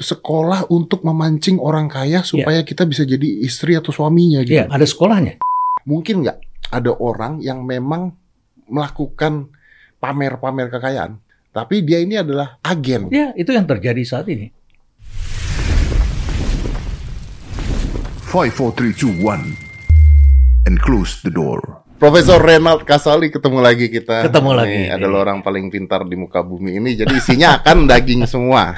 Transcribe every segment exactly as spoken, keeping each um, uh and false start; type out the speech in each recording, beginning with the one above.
sekolah untuk memancing orang kaya supaya yeah. kita bisa jadi istri atau suaminya gitu. Iya, yeah, ada sekolahnya. Mungkin nggak ada orang yang memang melakukan pamer-pamer kekayaan, tapi dia ini adalah agen. Ya, itu yang terjadi saat ini. five, four, three, two, one and close the door. Profesor Renald Kasali ketemu lagi kita. Ketemu ini lagi. adalah orang paling pintar di muka bumi ini. Jadi isinya akan daging semua.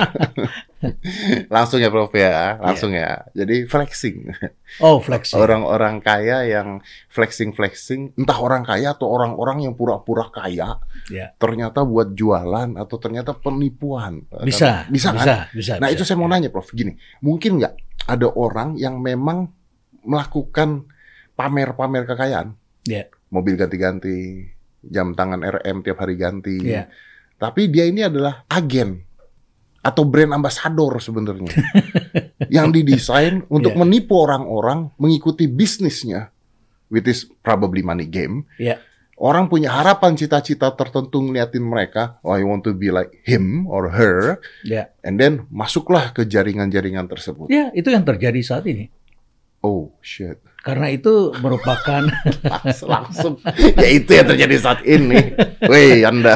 Langsung ya Prof ya, langsung yeah. ya. Jadi flexing. Oh, flexing. Orang-orang kaya yang flexing-flexing, entah orang kaya atau orang-orang yang pura-pura kaya. Yeah. Ternyata buat jualan atau ternyata penipuan. Bisa. Bisa kan? Bisa, bisa, nah, bisa. itu saya mau nanya Prof, gini. Mungkin nggak ada orang yang memang melakukan pamer-pamer kekayaan? Yeah. Mobil ganti-ganti, jam tangan R M tiap hari ganti. Yeah. Tapi dia ini adalah agen atau brand ambassador sebenarnya yang didesain untuk yeah. menipu orang-orang mengikuti bisnisnya, which is probably money game. Yeah. Orang punya harapan, cita-cita tertentu ngeliatin mereka, oh I want to be like him or her, yeah. and then masuklah ke jaringan-jaringan tersebut. Ya, yeah, itu yang terjadi saat ini. Oh shit. Karena itu merupakan langsung ya itu yang terjadi saat ini. Weh, Anda.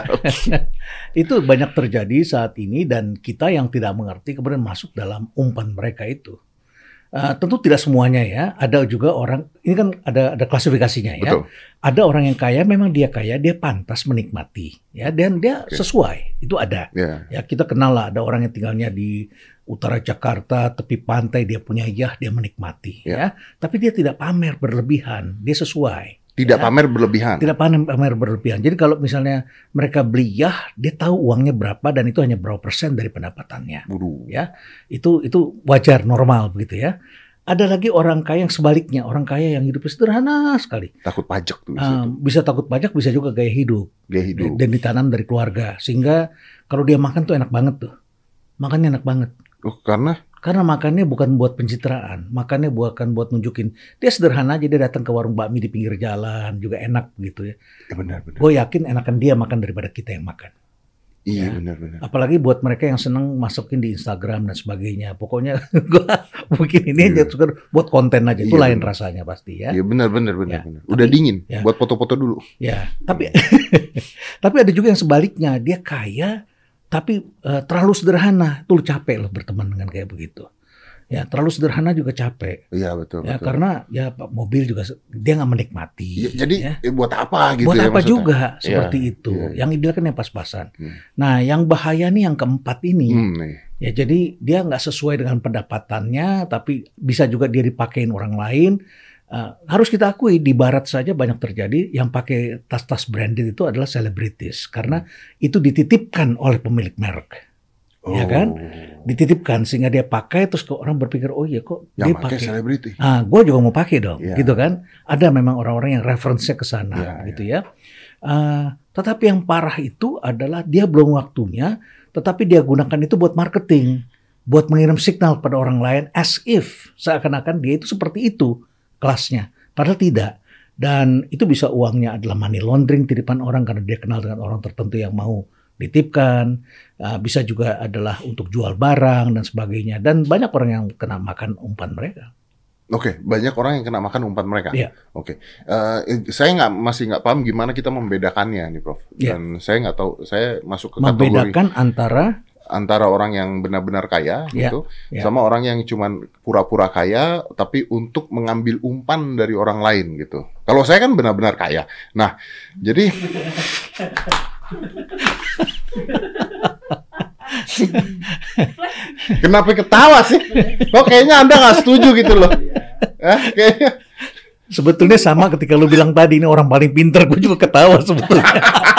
Itu banyak terjadi saat ini dan kita yang tidak mengerti kemudian masuk dalam umpan mereka itu. Uh, tentu tidak semuanya ya. Ada juga orang, ini kan ada ada klasifikasinya ya. Betul. Ada orang yang kaya, memang dia kaya, dia pantas menikmati ya, dan dia okay. sesuai. Itu ada. Yeah. Ya, kita kenal lah ada orang yang tinggalnya di utara Jakarta, tepi pantai, dia punya yah, dia menikmati yeah. ya. Tapi dia tidak pamer berlebihan, dia sesuai. Tidak ya. pamer berlebihan. Tidak pamer, pamer berlebihan. Jadi kalau misalnya mereka beli yah, dia tahu uangnya berapa dan itu hanya berapa persen dari pendapatannya. Buru. Ya, itu itu wajar, normal begitu ya. Ada lagi orang kaya yang sebaliknya, orang kaya yang hidupnya sederhana sekali. Takut pajak tuh. Uh, bisa takut pajak, bisa juga gaya hidup. Gaya hidup. Dan ditanam dari keluarga, sehingga kalau dia makan tuh enak banget tuh. Makannya enak banget. Oh, karena? Karena makannya bukan buat pencitraan, makannya bukan buat nunjukin. Dia sederhana aja, dia datang ke warung bakmi di pinggir jalan, juga enak gitu ya. Ya benar, benar. Gue yakin enakan dia makan daripada kita yang makan. Iya, ya. benar, benar. Apalagi buat mereka yang senang masukin di Instagram dan sebagainya. Pokoknya gue mungkin ini iya. aja suka buat konten aja. Itu iya, lain benar. rasanya pasti ya. Iya benar, benar, benar, ya. benar. Udah Tapi, dingin, ya. buat foto-foto dulu. Ya, tapi tapi ada juga yang sebaliknya. Dia kaya, tapi uh, terlalu sederhana. Tuh capek loh berteman dengan kayak begitu. Ya, terlalu sederhana juga capek. Iya betul. Ya, betul. karena ya mobil juga dia nggak menikmati. Ya, jadi ya. eh, buat apa gitu? Buat ya, apa maksudnya? juga seperti ya, itu. Ya, ya. Yang ideal kan yang pas-pasan. Hmm. Nah, yang bahaya nih yang keempat ini. Hmm, nih. Ya, jadi dia nggak sesuai dengan pendapatannya, tapi bisa juga dia dipakein orang lain. Uh, harus kita akui di Barat saja banyak terjadi yang pakai tas-tas branded itu adalah selebritis karena itu dititipkan oleh pemilik merek. Oh. Ya kan, dititipkan sehingga dia pakai terus ke orang berpikir oh iya kok yang dia pakai selebriti. Ah, gue juga mau pakai dong, yeah. gitu kan? Ada memang orang-orang yang referensinya ke sana, yeah, gitu yeah. ya. Uh, tetapi yang parah itu adalah dia belum waktunya, tetapi dia gunakan itu buat marketing, buat mengirim signal pada orang lain, as if seakan-akan dia itu seperti itu kelasnya, padahal tidak. Dan itu bisa uangnya adalah money laundering, titipan orang karena dia kenal dengan orang tertentu yang mau ditipkan, uh, bisa juga adalah untuk jual barang dan sebagainya, dan banyak orang yang kena makan umpan mereka. Oke, okay, banyak orang yang kena makan umpan mereka. Iya. Oke, okay. uh, saya nggak masih nggak paham gimana kita membedakannya nih, Prof. Iya. Dan saya nggak tahu, saya masuk ke membedakan kategori antara antara orang yang benar-benar kaya iya, gitu, iya. sama orang yang cuman pura-pura kaya, tapi untuk mengambil umpan dari orang lain gitu. Kalau saya kan benar-benar kaya. Nah, jadi kenapa ketawa sih? Kok kayaknya Anda nggak setuju gitu loh? Eh, kayaknya. Sebetulnya sama ketika lu bilang tadi ini orang paling pintar, gue juga ketawa sebetulnya.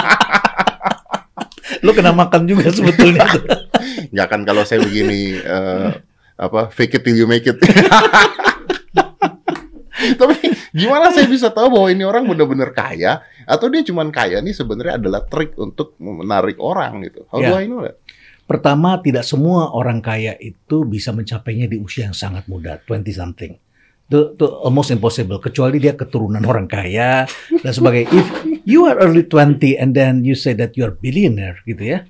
Lu kena makan juga sebetulnya. Nggak kan kalau saya begini uh, apa fake it till you make it. Tapi gimana saya bisa tahu bahwa ini orang benar-benar kaya atau dia cuma kaya nih sebenarnya adalah trik untuk menarik orang gitu. How ya. do I know that? Pertama, tidak semua orang kaya itu bisa mencapainya di usia yang sangat muda, twenty something. Itu, itu almost impossible, kecuali dia keturunan orang kaya dan sebagainya. If you are early twenty and then you say that you are billionaire gitu ya,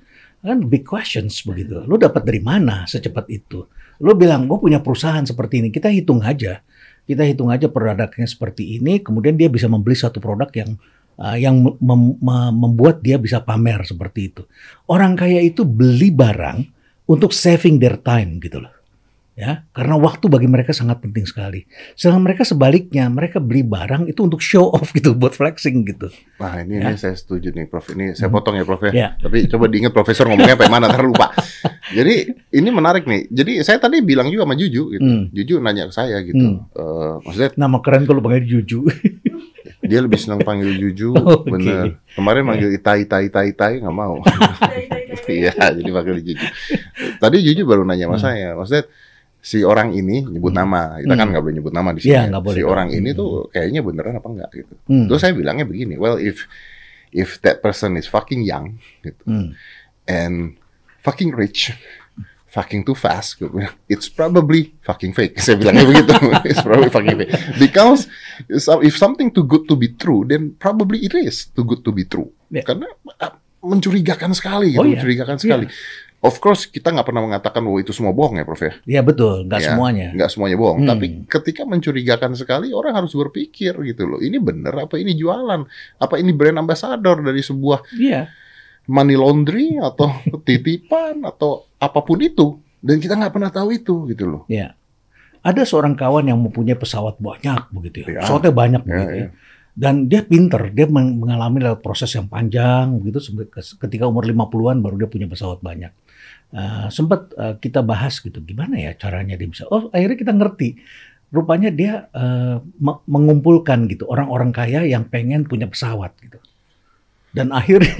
Kan big questions begitu. Lu dapat dari mana secepat itu? Lu bilang, gue punya perusahaan seperti ini. Kita hitung aja. Kita hitung aja produknya seperti ini. Kemudian dia bisa membeli satu produk yang uh, yang mem- mem- membuat dia bisa pamer seperti itu. Orang kaya itu beli barang untuk saving their time gitu loh. Ya, karena waktu bagi mereka sangat penting sekali. Sedangkan mereka sebaliknya, mereka beli barang itu untuk show off gitu, buat flexing gitu. Wah ini, Ya. ini saya setuju nih Prof. Ini saya potong ya Prof ya. Ya. Tapi coba diingat Profesor ngomongnya sampai mana, ntar lupa. Jadi ini menarik nih. Jadi saya tadi bilang juga sama Juju gitu. Hmm. Juju nanya ke saya gitu. Hmm. Eh, maksudnya Nama keren kalau panggil Juju. dia lebih senang panggil Juju, Oke. bener. Kemarin manggil Itai, Itai, Itai, Itai nggak mau. Iya, jadi panggil Juju. Tadi Juju baru nanya sama Hmm. saya. Maksudnya si orang ini nyebut nama. Kita kan Hmm. nggak boleh nyebut nama di sini. Iya, ya. nggak boleh Si dong. orang ini Hmm. tuh kayaknya beneran apa enggak gitu. Hmm. Terus saya bilangnya begini, well if if that person is fucking young gitu, Hmm. and fucking rich, fucking too fast, gue bilang, it's probably fucking fake. Saya bilangnya begitu. It's probably fucking fake. Because if something too good to be true, then probably it is too good to be true. Yeah. Karena uh, mencurigakan sekali gitu, Oh, iya. mencurigakan sekali. Of course kita nggak pernah mengatakan bahwa itu semua bohong ya Prof ya. Ya betul, nggak Ya, semuanya. Nggak semuanya bohong. Hmm. Tapi ketika mencurigakan sekali, orang harus berpikir gitu loh. Ini bener apa ini jualan? Apa ini brand ambassador dari sebuah Iya. money laundry atau titipan atau apapun itu? Dan kita nggak pernah tahu itu gitu loh. Ya. Ada seorang kawan yang mempunyai pesawat banyak begitu ya. Ya. Pesawatnya banyak Ya, begitu ya. ya. Dan dia pinter, dia meng- mengalami lewat proses yang panjang begitu sampai ke- ketika umur lima puluhan baru dia punya pesawat banyak. Uh, sempat uh, kita bahas gitu, gimana ya caranya dia bisa. Oh, akhirnya kita ngerti. Rupanya dia uh, me- mengumpulkan gitu orang-orang kaya yang pengen punya pesawat gitu. Dan akhirnya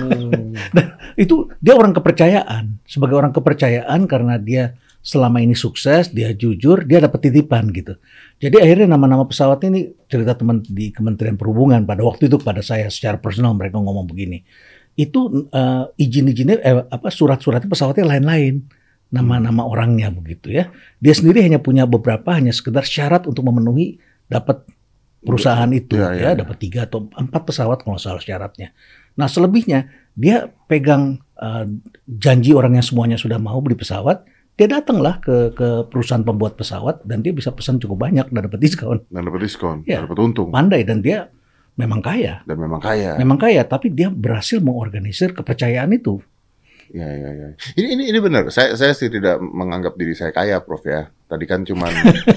dan itu dia orang kepercayaan. Sebagai orang kepercayaan karena dia selama ini sukses, dia jujur, dia dapat titipan gitu. Jadi akhirnya nama-nama pesawat ini cerita teman di Kementerian Perhubungan pada waktu itu pada saya secara personal mereka ngomong begini. Itu uh, izin-izinnya eh, apa surat-suratnya pesawatnya lain-lain. Nama-nama orangnya begitu ya. Dia sendiri hanya punya beberapa hanya sekedar syarat untuk memenuhi dapat perusahaan itu Ya, ya, ya, ya. dapat tiga atau empat pesawat kalau nggak salah syaratnya. Nah selebihnya dia pegang uh, janji orang yang semuanya sudah mau beli pesawat, dia datanglah ke ke perusahaan pembuat pesawat dan dia bisa pesan cukup banyak dan dapat diskon. Dan dapat diskon, Ya. dapat untung. Pandai dan dia memang kaya, Dan memang kaya. memang kaya, tapi dia berhasil mengorganisir kepercayaan itu. Ya, ya, ya. Ini ini ini benar. Saya saya sih tidak menganggap diri saya kaya, Prof ya. Tadi kan cuman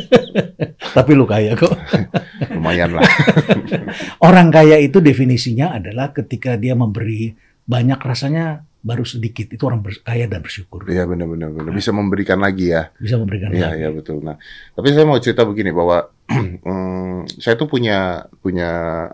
Tapi lu kaya kok. lumayan lah. Orang kaya itu definisinya adalah ketika dia memberi banyak rasanya baru sedikit. Itu orang bers- kaya dan bersyukur. Iya benar-benar benar. Bisa memberikan lagi ya. Bisa memberikan Iya, lagi. iya betul. Nah, tapi saya mau cerita begini bahwa hmm, saya tuh punya punya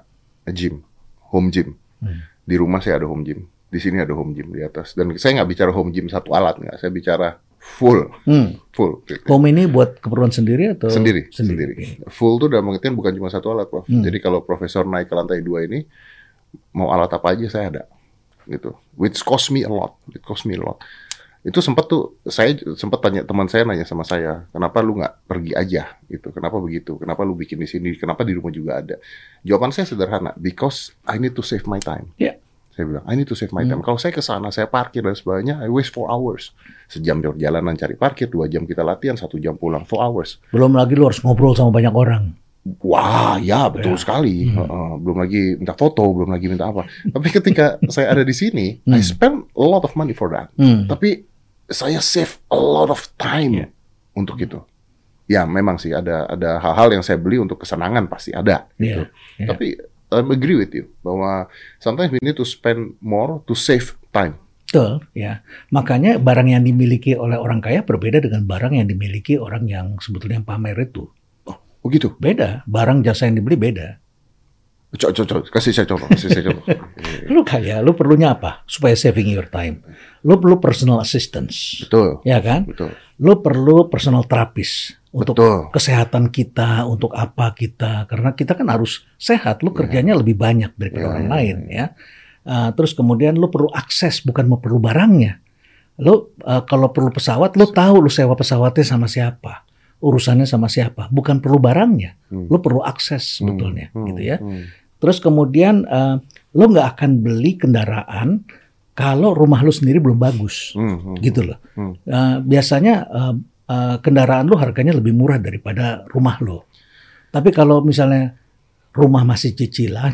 gym, home gym. Hmm. Di rumah saya ada home gym. Di sini ada home gym di atas. Dan saya nggak bicara home gym satu alat nggak. Saya bicara full, Hmm. full. gitu. Home ini buat keperluan sendiri atau Sendiri, Sendiri. sendiri. Full tuh dalam pengertian bukan cuma satu alat, Prof. Hmm. Jadi kalau profesor naik ke lantai dua ini, mau alat apa aja saya ada, gitu. Which cost me a lot, it cost me a lot. Itu sempat tuh, saya sempat tanya teman saya nanya sama saya, kenapa lu nggak pergi aja, gitu? Kenapa begitu? Kenapa lu bikin di sini? Kenapa di rumah juga ada? Jawaban saya sederhana, because I need to save my time. Ya. Saya bilang, I need to save my time. Hmm. Kalau saya ke sana, saya parkir dan sebagainya, I waste four hours. Sejam perjalanan cari parkir, dua jam kita latihan, satu jam pulang, four hours. Belum lagi lu harus ngobrol sama banyak orang. Wah, ya betul Ya. sekali. Hmm. Heeh, belum lagi minta foto, belum lagi minta apa. Tapi ketika saya ada di sini, I Hmm. spend a lot of money for that. Hmm. Tapi saya save a lot of time Ya. untuk itu. Ya, memang sih ada ada hal-hal yang saya beli untuk kesenangan pasti ada. Gitu. Ya, ya. Tapi I agree with you bahwa sometimes we need to spend more to save time. Betul, ya. Makanya barang yang dimiliki oleh orang kaya berbeda dengan barang yang dimiliki orang yang sebetulnya yang pamer itu. Oh gitu. Beda, barang jasa yang dibeli beda. Coba, coba, coba. Kasih saya contoh, kasih saya contoh. Lu kaya, lu perlunya apa? Supaya saving your time. Lu perlu personal assistance. Betul, Ya kan? betul, Lu perlu personal terapis untuk betul. kesehatan kita, untuk apa kita. Karena kita kan harus sehat, lu kerjanya lebih banyak daripada Ya, orang ya, lain ya. Uh, terus kemudian lu perlu akses, bukan mau perlu barangnya. Lu uh, kalau perlu pesawat, lu tahu lu sewa pesawatnya sama siapa, urusannya sama siapa, bukan perlu barangnya. Hmm. Lu perlu akses sebetulnya, Hmm, gitu ya. hmm. Terus kemudian uh, lu nggak akan beli kendaraan kalau rumah lu sendiri belum bagus, Hmm, hmm, gitu loh. hmm. Uh, biasanya uh, uh, kendaraan lu harganya lebih murah daripada rumah lu. Tapi kalau misalnya rumah masih cicilan,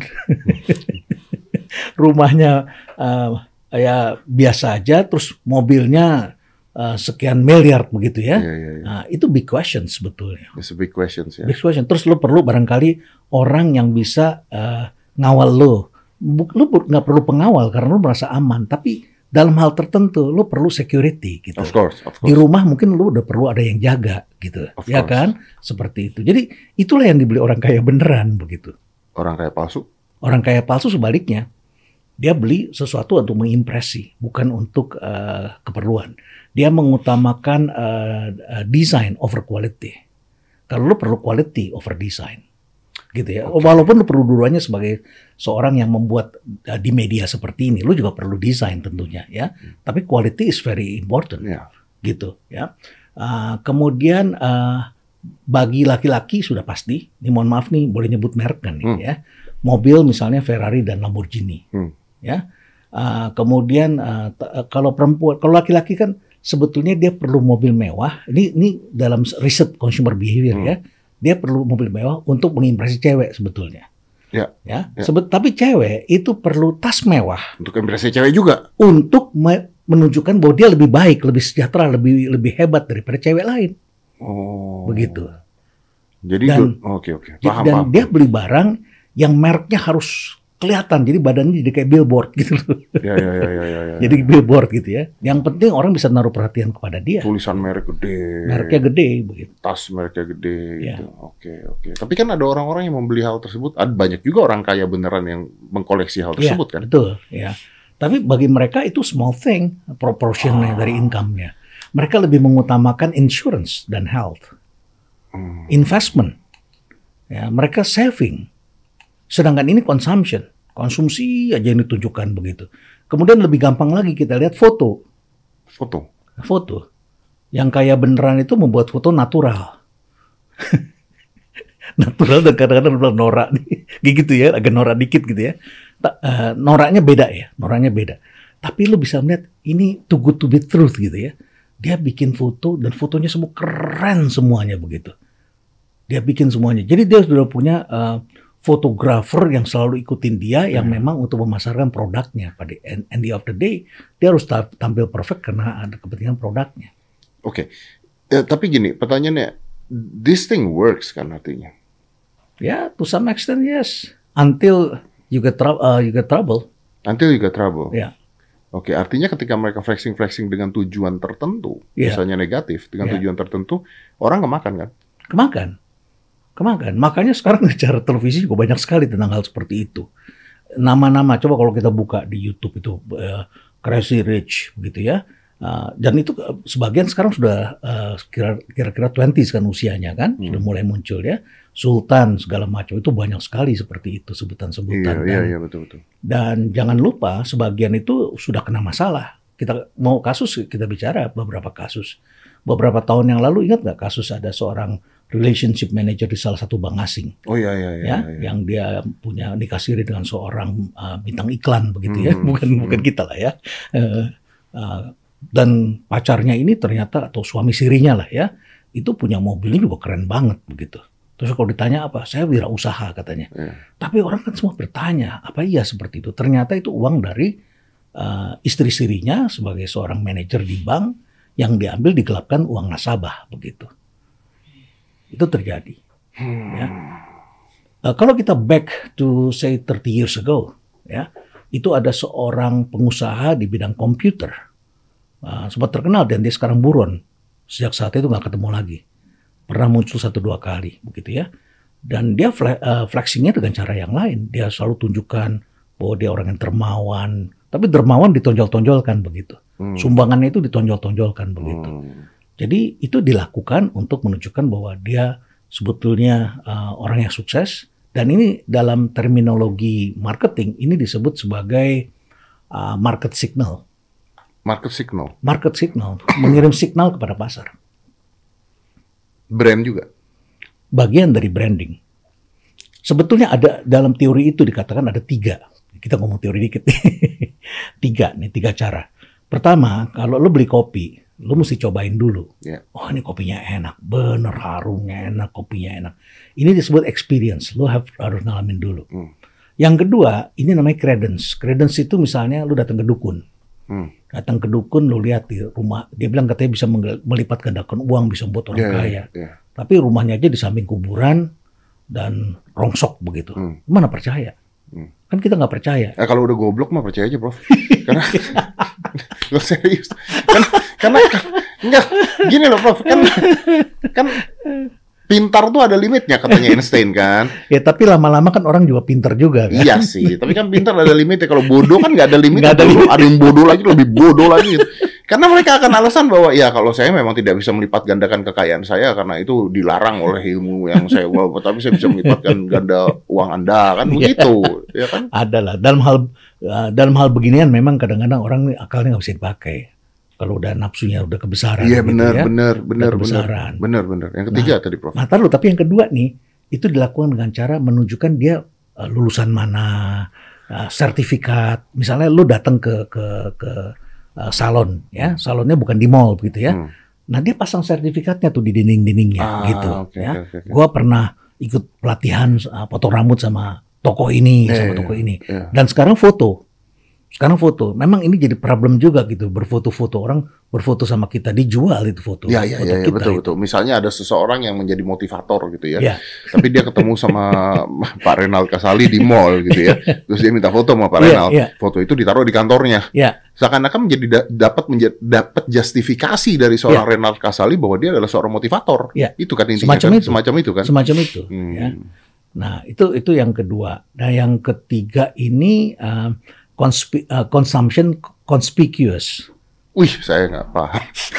rumahnya uh, ya biasa aja, terus mobilnya uh, sekian miliar begitu ya, Iya, iya, iya. nah, itu big question sebetulnya. It's a big question ya. Big question. Terus lu perlu barangkali orang yang bisa uh, ngawal lu. Buk- Lu bu- nggak perlu pengawal karena lu merasa aman, tapi dalam hal tertentu lu perlu security gitu. Of course, of Di course. rumah mungkin lu udah perlu ada yang jaga gitu, Of ya course. kan? Seperti itu. Jadi itulah yang dibeli orang kaya beneran begitu. Orang kayak palsu. Orang kaya palsu sebaliknya, dia beli sesuatu untuk mengimpresi, bukan untuk uh, keperluan. Dia mengutamakan uh, uh, design over quality. Kalau lu perlu quality over design, gitu ya. Oke. Walaupun lu perlu dua-duanya sebagai seorang yang membuat uh, di media seperti ini, lu juga perlu desain tentunya ya. Tapi quality is very important, Ya. gitu ya. Uh, kemudian uh, bagi laki-laki sudah pasti, ini mohon maaf nih, boleh nyebut merek kan nih Hmm. ya. Mobil misalnya Ferrari dan Lamborghini, Hmm. ya. Uh, kemudian uh, t- uh, kalau perempuan, kalau laki-laki kan sebetulnya dia perlu mobil mewah. Ini ini dalam riset consumer behavior Hmm. ya, dia perlu mobil mewah untuk mengimpresi cewek sebetulnya. Ya. Ya. Ya. Sebet, tapi cewek itu perlu tas mewah Untuk impresi cewek juga. untuk me- menunjukkan bahwa dia lebih baik, lebih sejahtera, lebih lebih hebat daripada cewek lain. Oh. Begitu. Jadi Dan- gua- oke oke. Jadi- Paham dan paham. dia beli barang yang mereknya harus kelihatan, jadi badannya jadi kayak billboard gitu loh. Ya ya ya ya ya. ya. Jadi billboard gitu ya. Yang penting orang bisa naruh perhatian kepada dia. tulisan merek gede. Mereknya gede begitu. Tas mereknya gede Ya. gitu. Oke oke. Tapi kan ada orang-orang yang membeli hal tersebut. Ada banyak juga orang kaya beneran yang mengkoleksi hal Iya, tersebut kan. betul, ya. Tapi bagi mereka itu small thing, proportionnya Ah. dari income-nya. Mereka lebih mengutamakan insurance dan health, Hmm. investment. Ya, mereka saving. Sedangkan ini consumption, konsumsi aja yang ditunjukkan begitu. Kemudian lebih gampang lagi kita lihat foto, Foto. foto. Yang kaya beneran itu membuat foto natural. Natural dan kadang-kadang udah norak nih, gitu ya, agak norak dikit gitu ya. Ta- eh, noraknya beda ya, noraknya beda. Tapi lu bisa melihat ini too good to be truth gitu ya. Dia bikin foto dan fotonya semua keren semuanya begitu. Dia bikin semuanya. Jadi dia sudah punya eh, fotografer yang selalu ikutin dia, yang memang untuk memasarkan produknya. Pada end, end of the day, dia harus ta- tampil perfect karena ada kepentingan produknya. Oke. Ya, tapi gini, pertanyaannya, this thing works kan artinya? Ya, to some extent yes. Until you get, trou- uh, you get trouble. Until you get trouble. Ya. Oke, artinya ketika mereka flexing-flexing dengan tujuan tertentu, Iya. misalnya negatif, dengan Iya. tujuan tertentu, orang kemakan kan? Kemakan. Kemakan. Makanya sekarang acara televisi juga banyak sekali tentang hal seperti itu. Nama-nama, coba kalau kita buka di YouTube itu, uh, Crazy Rich, gitu ya. Uh, dan itu uh, sebagian sekarang sudah uh, kira- kira-kira dua puluh kan usianya kan, Hmm. sudah mulai muncul ya. Sultan segala macam itu banyak sekali seperti itu sebutan-sebutan. Iya, iya, Dan- iya, betul-betul. Dan jangan lupa sebagian itu sudah kena masalah. Kita mau kasus, kita bicara beberapa kasus. Beberapa tahun yang lalu ingat nggak kasus ada seorang relationship manager di salah satu bank asing, Oh iya, iya, iya. ya, iya. yang dia punya nikah siri dengan seorang uh, bintang iklan begitu ya, Hmm, bukan hmm. bukan kita lah ya. Uh, uh, dan pacarnya ini ternyata atau suami sirinya lah ya, itu punya mobilnya juga keren banget begitu. Terus kalau ditanya apa, saya wirausaha katanya. Iya. Tapi orang kan semua bertanya, apa iya seperti itu? Ternyata itu uang dari uh, istri sirinya sebagai seorang manajer di bank yang diambil digelapkan uang nasabah begitu. Itu terjadi. Ya. Uh, kalau kita back to say thirty years ago, ya, itu ada seorang pengusaha di bidang komputer, uh, sempat terkenal dan dia sekarang buron. Sejak saat itu nggak ketemu lagi. Pernah muncul satu dua kali, begitu ya. Dan dia fle- uh, flexingnya dengan cara yang lain. Dia selalu tunjukkan bahwa dia orang yang dermawan. Tapi dermawan ditonjol-tonjolkan begitu. Hmm. Sumbangannya itu ditonjol-tonjolkan begitu. Hmm. Jadi itu dilakukan untuk menunjukkan bahwa dia sebetulnya uh, orang yang sukses. Dan ini dalam terminologi marketing, ini disebut sebagai uh, market signal. Market signal, Market signal, mengirim signal kepada pasar. brand juga. Bagian dari branding. Sebetulnya ada dalam teori itu dikatakan ada tiga. kita ngomong teori dikit nih. tiga nih, tiga cara. Pertama, kalau lo beli kopi, lo mesti cobain dulu. Yeah. Oh ini kopinya enak, bener harumnya enak, kopinya enak. Ini disebut experience, lo have, harus ngalamin dulu. Hmm. Yang kedua, ini namanya credence. Credence itu misalnya lo datang ke dukun. Hmm. Datang ke dukun, lo lihat di rumah, dia bilang katanya bisa melipat gandakan uang, bisa membuat orang Yeah, kaya. yeah, yeah. Tapi rumahnya aja di samping kuburan dan rongsok begitu. Hmm. Mana percaya? Hmm. Kan kita nggak percaya. Eh, kalau udah goblok mah percaya aja, Prof. Karena lo serius. Karena, karena enggak gini loh, Prof. Kan kan pintar tuh ada limitnya katanya Einstein kan. Ya tapi lama-lama kan orang juga pintar juga kan. Iya sih, tapi kan pintar ada limitnya. Kalau bodoh kan nggak ada limitnya. Nggak ada limit. Ada yang bodoh lagi, lebih bodoh lagi. Gitu. Karena mereka akan alasan bahwa ya kalau saya memang tidak bisa melipat gandakan kekayaan saya karena itu dilarang oleh ilmu yang saya bawa, tapi saya bisa melipatkan ganda uang Anda kan begitu, ya kan? Ada lah. Dalam hal uh, dalam hal beginian memang kadang-kadang orang nih akalnya nggak bisa dipakai. Kalau udah nafsunya udah kebesaran. Iya gitu benar, ya. benar, benar, benar, kebesaran. benar, benar. Yang ketiga Nah, tadi, Prof. Nah, taruh, tapi yang kedua nih itu dilakukan dengan cara menunjukkan dia uh, lulusan mana, uh, sertifikat. Misalnya lu datang ke ke ke uh, salon, ya, salonnya bukan di mall begitu ya. Hmm. Nah dia pasang sertifikatnya tuh di dinding-dindingnya Ah, gitu. oke, ya. oke, oke. Gua pernah ikut pelatihan uh, potong rambut sama toko ini, Eh, sama toko ini. iya. Dan sekarang foto. Sekarang foto. Memang ini jadi problem juga gitu. Berfoto-foto. Orang berfoto sama kita. Dijual itu foto. Ya, ya, foto ya, ya, kita betul, itu. betul. Misalnya ada seseorang yang menjadi motivator gitu ya. Ya. Tapi dia ketemu sama Pak Renald Kasali di mall gitu ya. Terus dia minta foto sama Pak Iya, Renald. iya. Foto itu ditaruh di kantornya. Ya. Seakan-akan menjadi da- dapat menjadi dapat justifikasi dari seorang Ya. Renald Kasali bahwa dia adalah seorang motivator. Ya. Itu kan intinya Semacam kan? itu. Semacam itu kan. Semacam itu. Hmm. Ya. Nah itu itu yang kedua. Nah yang ketiga ini uh, conspi- uh, consumption conspicuous. Wih, saya nggak paham.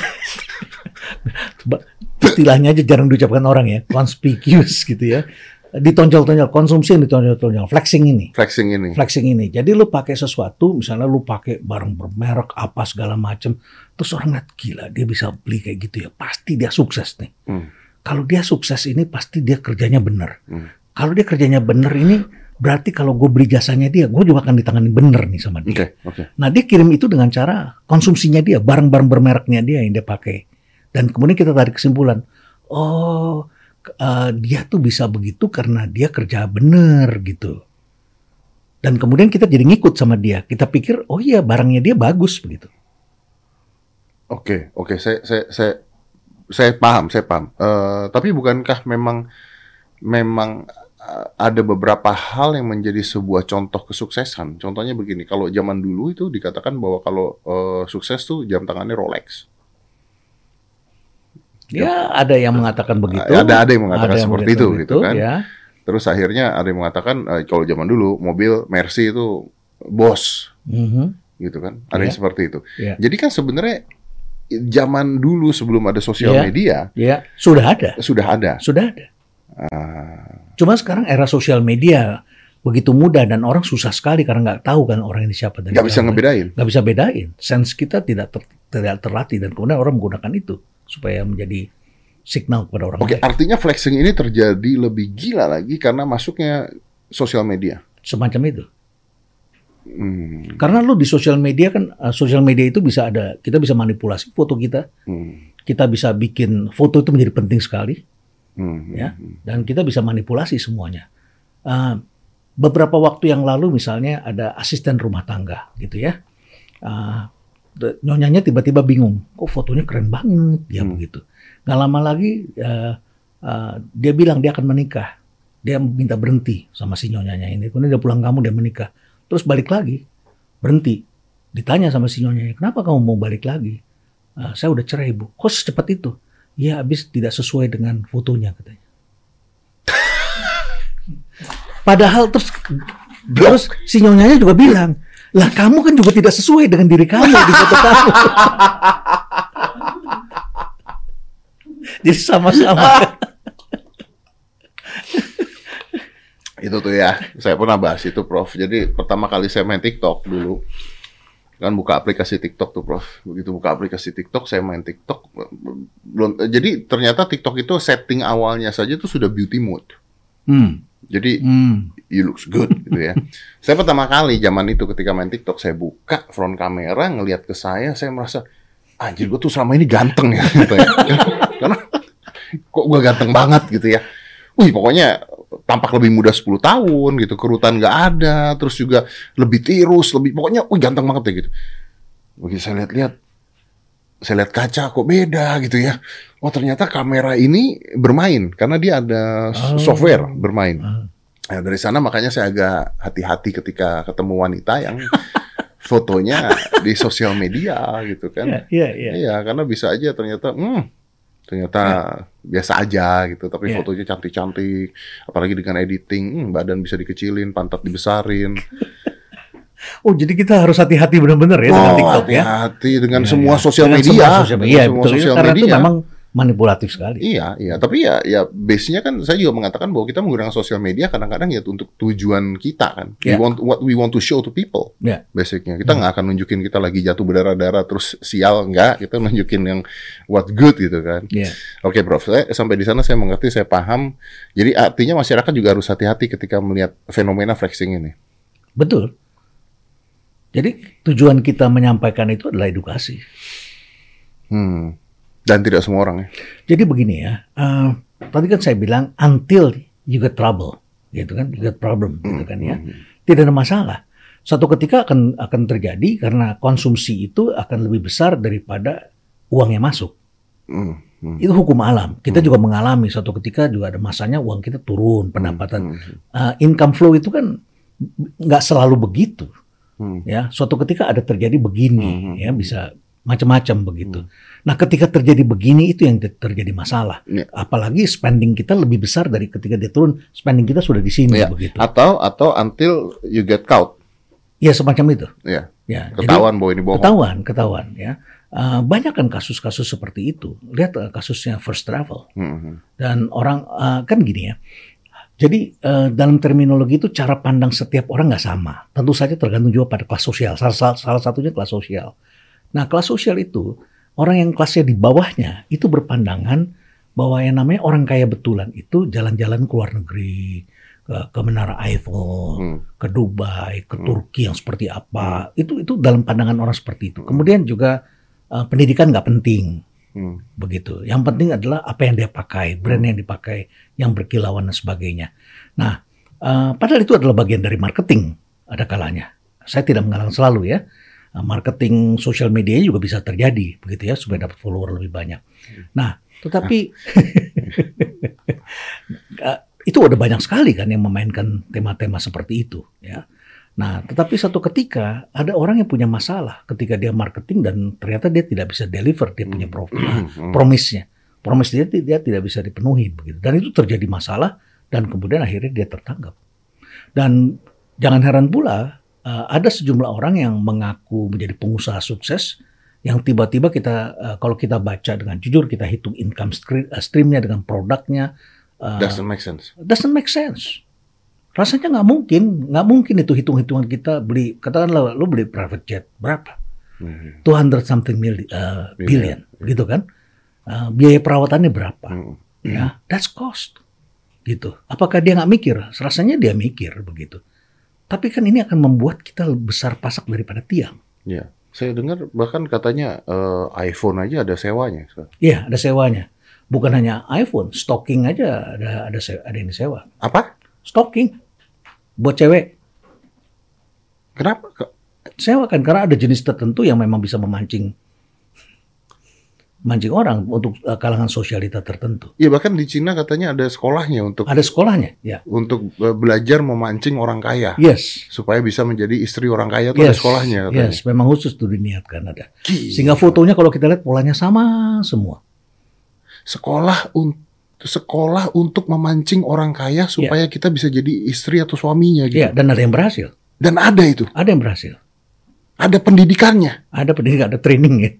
Istilahnya aja jarang diucapkan orang ya. Conspicuous gitu ya. Ditonjol-tonjol, konsumsi yang ditonjol-tonjol, flexing ini. Flexing ini. Flexing ini. Jadi lu pakai sesuatu, misalnya lu pakai barang bermerek apa segala macam, terus orang lihat gila dia bisa beli kayak gitu ya, pasti dia sukses nih. Hmm. Kalau dia sukses ini pasti dia kerjanya bener. Hmm. Kalau dia kerjanya bener ini berarti kalau gue beli jasanya dia, gue juga akan ditangani bener nih sama dia. Oke, oke. Nah dia kirim itu dengan cara konsumsinya dia, barang-barang bermereknya dia yang dia pakai. Dan kemudian kita tarik kesimpulan, oh uh, dia tuh bisa begitu karena dia kerja bener gitu. Dan kemudian kita jadi ngikut sama dia. Kita pikir, oh iya barangnya dia bagus begitu. Oke, oke. Saya, saya, saya, saya paham, saya paham. Eh, tapi bukankah memang, memang eh, ada beberapa hal yang menjadi sebuah contoh kesuksesan. Contohnya begini, kalau zaman dulu itu dikatakan bahwa kalau eh, sukses tuh jam tangannya Rolex. Ya ada yang mengatakan begitu. Ada ada yang mengatakan seperti itu, mengatakan gitu kan. Ya. Terus akhirnya ada yang mengatakan eh, kalau zaman dulu mobil Mercy itu bos, Mhm. gitu kan. Ada yang Ya. seperti itu. Ya. Jadi kan sebenarnya zaman dulu sebelum ada sosial Ya. media Ya, sudah ada, sudah ada. sudah ada. Ah, Cuma sekarang era sosial media begitu mudah dan orang susah sekali karena nggak tahu kan orang ini siapa dan nggak bisa siapa. ngebedain. Nggak bisa bedain. Sense kita tidak ter, tidak terlatih dan kemudian orang menggunakan itu supaya menjadi signal kepada orang Oke, lain. artinya flexing ini terjadi lebih gila lagi karena masuknya sosial media. Semacam itu. Hmm, Karena lu di sosial media kan, uh, sosial media itu bisa ada, kita bisa manipulasi foto kita, hmm, kita bisa bikin foto itu menjadi penting sekali, hmm, ya, hmm. dan kita bisa manipulasi semuanya. Uh, beberapa waktu yang lalu misalnya ada asisten rumah tangga gitu ya, uh, de- nyonyanya tiba-tiba bingung, kok fotonya keren banget ya Hmm. begitu. Nggak lama lagi uh, uh, dia bilang dia akan menikah, dia minta berhenti sama si nyonyanya ini, kemudian dia pulang kamu dia menikah. Terus balik lagi, berhenti. Ditanya sama si nyonyanya, kenapa kamu mau balik lagi? "Ah, saya udah cerai bu. Kok secepat itu? Ya habis tidak sesuai dengan fotonya katanya. Padahal terus, terus si nyonyanya juga bilang, lah kamu kan juga tidak sesuai dengan diri kamu di foto kamu. Jadi sama-sama. Itu tuh ya, saya pernah bahas itu, Prof. Jadi pertama kali saya main TikTok dulu, kan buka aplikasi TikTok tuh, Prof. Begitu buka aplikasi TikTok, saya main TikTok. Belum, jadi ternyata TikTok itu setting awalnya saja tuh sudah beauty mode. Hmm. Jadi Hmm. you looks good gitu ya. Saya pertama kali zaman itu ketika main TikTok, saya buka front kamera, ngelihat ke saya, saya merasa anjir gue tuh selama ini ganteng ya gitu ya. Karena kok gue ganteng banget gitu ya. Wih, pokoknya tampak lebih muda sepuluh tahun gitu, kerutan nggak ada, terus juga lebih tirus, lebih pokoknya wih ganteng banget ya gitu. Begitu saya lihat-lihat, saya lihat kaca kok beda gitu ya. Oh ternyata kamera ini bermain karena dia ada Oh. software bermain. Ah. Nah, dari sana makanya saya agak hati-hati ketika ketemu wanita yang fotonya di sosial media gitu kan. Iya, iya, iya. Iya, karena bisa aja ternyata, hmm, ternyata biasa aja gitu. Tapi Iya. fotonya cantik-cantik, apalagi dengan editing, hmm, badan bisa dikecilin, pantat dibesarin. Oh, jadi kita harus hati-hati benar-benar ya dengan Oh, TikTok ya. hati-hati dengan Iya, semua iya. sosial Dengan media. semua sosial media. Iya, Semua betul. sosial Karena itu media. memang manipulatif sekali. Iya, iya. Tapi ya, ya base-nya kan saya juga mengatakan bahwa kita menggunakan sosial media kadang-kadang ya untuk tujuan kita kan. We Ya. want what we want to show to people. Ya. Basicnya kita nggak akan nunjukin kita lagi jatuh berdarah-darah terus sial, enggak. Kita nunjukin yang what good gitu kan. Iya. Oke, Prof. Saya sampai di sana saya mengerti, saya paham. Jadi artinya masyarakat juga harus hati-hati ketika melihat fenomena flexing ini. Betul. Jadi tujuan kita menyampaikan itu adalah edukasi. Hmm. Dan tidak semua orang ya. Jadi begini ya, eh, tadi kan saya bilang until you get trouble, gitu kan, you get problem, gitu kan ya, tidak ada masalah. Suatu ketika akan akan terjadi karena konsumsi itu akan lebih besar daripada uang yang masuk. Hmm. Hmm. Itu hukum alam. Kita juga mengalami suatu ketika juga ada masanya uang kita turun, pendapatan, Hmm. Eh, income flow itu kan nggak selalu begitu. Hmm. Ya, suatu ketika ada terjadi begini, Hmm. ya bisa macam-macam begitu. Nah, ketika terjadi begini itu yang ter- terjadi masalah. Ya. Apalagi spending kita lebih besar dari ketika dia turun, spending kita sudah di sini Ya. begitu. Atau atau until you get caught. Ya semacam itu. Ya. Ya, Ketahuan bahwa ini jadi, bohong. ketahuan, ketahuan. Ya, Uh, banyak kan kasus-kasus seperti itu. Lihat uh, kasusnya First Travel. Hmm. Dan orang uh, kan gini ya. Jadi uh, dalam terminologi itu cara pandang setiap orang nggak sama. Tentu saja tergantung juga pada kelas sosial. Salah, salah, salah satunya kelas sosial. Nah kelas sosial itu orang yang kelasnya di bawahnya itu berpandangan bahwa yang namanya orang kaya betulan itu jalan-jalan ke luar negeri, ke, ke Menara Eiffel, Hmm. ke Dubai, ke Turki yang seperti apa. Itu itu dalam pandangan orang seperti itu. Kemudian juga uh, pendidikan nggak penting. Hmm. Begitu. Yang penting adalah apa yang dia pakai, brand yang dipakai, yang berkilauan dan sebagainya. Nah, uh, padahal itu adalah bagian dari marketing ada kalanya. Saya tidak mengatakan selalu ya. Uh, marketing sosial media juga bisa terjadi begitu ya supaya dapat follower lebih banyak. Nah, tetapi uh, itu ada banyak sekali kan yang memainkan tema-tema seperti itu ya. Nah, tetapi satu ketika ada orang yang punya masalah ketika dia marketing dan ternyata dia tidak bisa deliver dia punya profit, promise-nya. Promise dia, dia tidak bisa dipenuhi begitu. Dan itu terjadi masalah dan kemudian akhirnya dia tertangkap. Dan jangan heran pula uh, ada sejumlah orang yang mengaku menjadi pengusaha sukses yang tiba-tiba kita uh, kalau kita baca dengan jujur kita hitung income stream, uh, streamnya dengan produknya uh, Doesn't make sense. doesn't make sense. Rasanya nggak mungkin, nggak mungkin itu hitung-hitungan kita beli, katakanlah lo beli private jet berapa? Hmm. two hundred something million, uh, billion, gitu kan? Uh, biaya perawatannya berapa? Hmm. Ya, that's cost, gitu. Apakah dia nggak mikir? Rasanya dia mikir begitu. Tapi kan ini akan membuat kita besar pasak daripada tiang. Ya, saya dengar bahkan katanya eh, iPhone aja ada sewanya. Iya, ada sewanya. Bukan hanya iPhone, stocking aja ada ada se- ada yang disewa. Apa? Stocking buat cewek. Kenapa? Ke- Sewa kan karena ada jenis tertentu yang memang bisa memancing mancing orang untuk uh, kalangan sosialita tertentu. Iya, bahkan di Cina katanya ada sekolahnya untuk Ada sekolahnya, ya. untuk eh, belajar memancing orang kaya Yes. supaya bisa menjadi istri orang kaya itu ada Yes. sekolahnya katanya. Yes, memang khusus tuh diniatkan ada. Gila. Sehingga fotonya kalau kita lihat polanya sama semua. Sekolah untuk sekolah untuk memancing orang kaya supaya kita bisa jadi istri atau suaminya gitu. Iya, dan ada yang berhasil. Dan ada itu, Ada yang berhasil. ada pendidikannya. Ada pendidikan, ada training ya.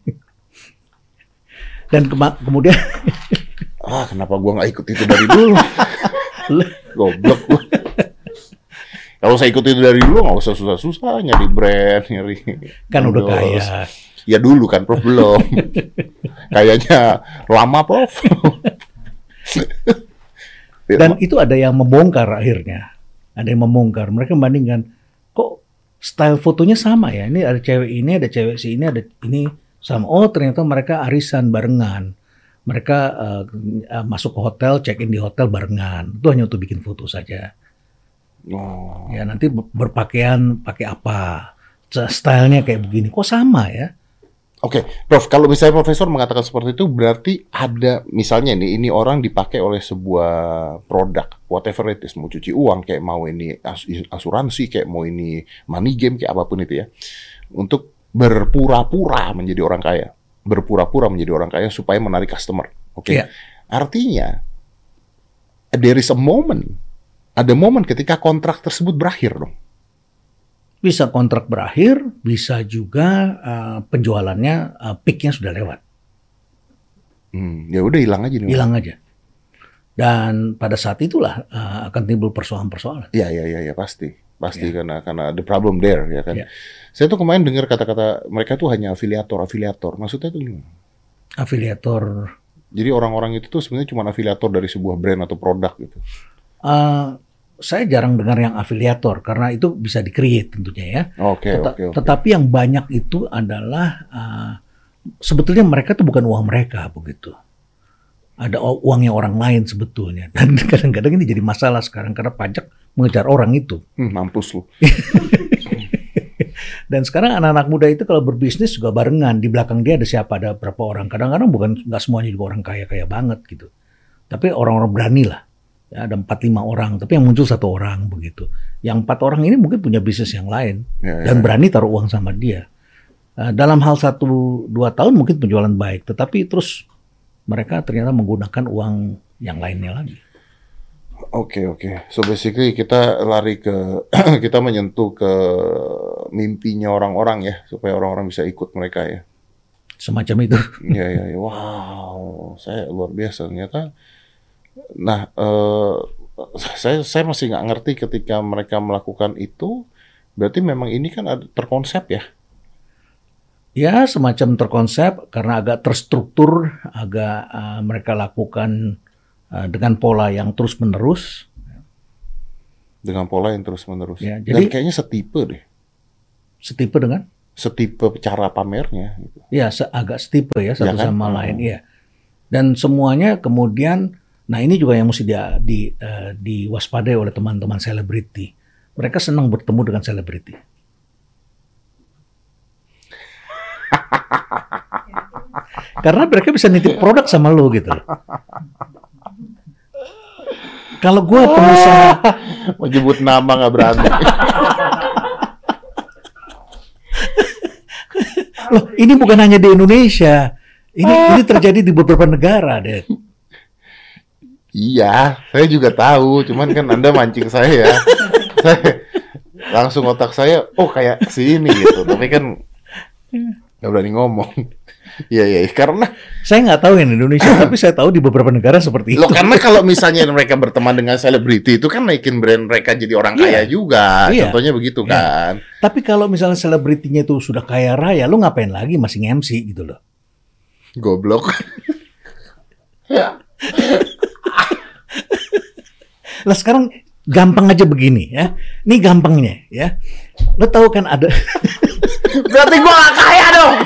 Dan kema- kemudian Ah, kenapa gua nggak ikut itu dari dulu? Goblok gua. Kalau saya ikut itu dari dulu nggak usah susah-susah nyari brand, nyari. kan udah endorse. kaya. Ya dulu kan, Prof belum. Kayaknya lama, Prof. Ya, Dan itu ada yang membongkar akhirnya. Ada yang membongkar. Mereka membandingkan, kok style fotonya sama ya? Ini ada cewek ini, ada cewek si ini, ada ini sama. Oh ternyata mereka arisan barengan. Mereka uh, uh, masuk ke hotel, check-in di hotel barengan. Itu hanya untuk bikin foto saja. Oh. Ya nanti berpakaian pakai apa? Stylenya kayak begini. Kok sama ya? Oke, Prof, kalau misalnya Profesor mengatakan seperti itu, berarti ada, misalnya nih, ini orang dipakai oleh sebuah produk, whatever it is, mau cuci uang, kayak mau ini as- asuransi, kayak mau ini money game, kayak apapun itu ya, untuk berpura-pura menjadi orang kaya, berpura-pura menjadi orang kaya supaya menarik customer, oke? Iya. Artinya, there is a moment, ada momen ketika kontrak tersebut berakhir dong. Bisa kontrak berakhir, bisa juga uh, penjualannya uh, peak-nya sudah lewat. Hmm, ya udah hilang aja nih. Hilang aja. Dan pada saat itulah uh, akan timbul persoalan-persoalan. Iya, iya, iya, ya, pasti. Pasti Ya. karena karena the problem there ya kan. Ya. Saya tuh kemarin dengar kata-kata mereka tuh hanya afiliator, afiliator. Maksudnya tuh gimana? Afiliator. Jadi orang-orang itu tuh sebenarnya cuma afiliator dari sebuah brand atau produk gitu. Uh, saya jarang dengar yang afiliator karena itu bisa di-create tentunya ya. Oke, Teta- oke, oke. Tetapi yang banyak itu adalah uh, sebetulnya mereka tuh bukan uang mereka begitu. Ada o- uangnya orang lain sebetulnya. Dan kadang-kadang ini jadi masalah sekarang karena pajak mengejar orang itu. Hmm, mampus lu. Dan sekarang anak-anak muda itu kalau berbisnis juga barengan. Di belakang dia ada siapa, ada berapa orang. Kadang-kadang bukan nggak semuanya juga orang kaya-kaya banget gitu. Tapi orang-orang berani lah. Ya, ada empat lima orang, tapi yang muncul satu orang begitu. Yang empat orang ini mungkin punya bisnis yang lain Ya, ya. dan berani taruh uang sama dia. Uh, dalam hal satu dua tahun mungkin penjualan baik, tetapi terus mereka ternyata menggunakan uang yang lainnya lagi. Oke, oke. So basically kita lari ke kita menyentuh ke mimpinya orang-orang ya, supaya orang-orang bisa ikut mereka ya. Semacam itu. Iya, iya, iya. Wow, saya luar biasa ternyata. Nah, eh, saya saya masih nggak ngerti ketika mereka melakukan itu, berarti memang ini kan ada terkonsep ya? Ya, semacam terkonsep karena agak terstruktur, agak uh, mereka lakukan uh, dengan pola yang terus-menerus. Dengan pola yang terus-menerus. Ya, Dan jadi- kayaknya setipe deh, Setipe dengan? setipe cara pamernya. Gitu. Ya, se- agak setipe ya satu Ya kan? sama Hmm. lain. Ya. Dan semuanya kemudian, nah ini juga yang mesti dia, di, eh, diwaspadai oleh teman-teman selebriti. Mereka senang bertemu dengan selebriti. Karena mereka bisa nitip produk sama lo gitu loh. Kalau gue pengusaha, Mau jemput nama nggak berani. loh ini bukan hanya di Indonesia. Ini ini terjadi di beberapa negara, deh. Iya, saya juga tahu. Cuman kan Anda mancing saya. Saya langsung otak saya, oh kayak sini gitu. Tapi kan nggak berani ngomong. Iya, iya. Karena Saya nggak tahu yang di Indonesia, tapi saya tahu di beberapa negara seperti itu. Loh, karena kalau misalnya mereka berteman dengan selebriti itu kan naikin brand mereka jadi orang kaya Iya. juga. Iya. Contohnya begitu Iya. kan. Tapi kalau misalnya selebritinya itu sudah kaya raya, lu ngapain lagi masih nge-M C gitu loh. Goblok. Lah sekarang gampang aja begini ya. Ini gampangnya ya. Lo tahu kan ada Berarti gua gak kaya dong.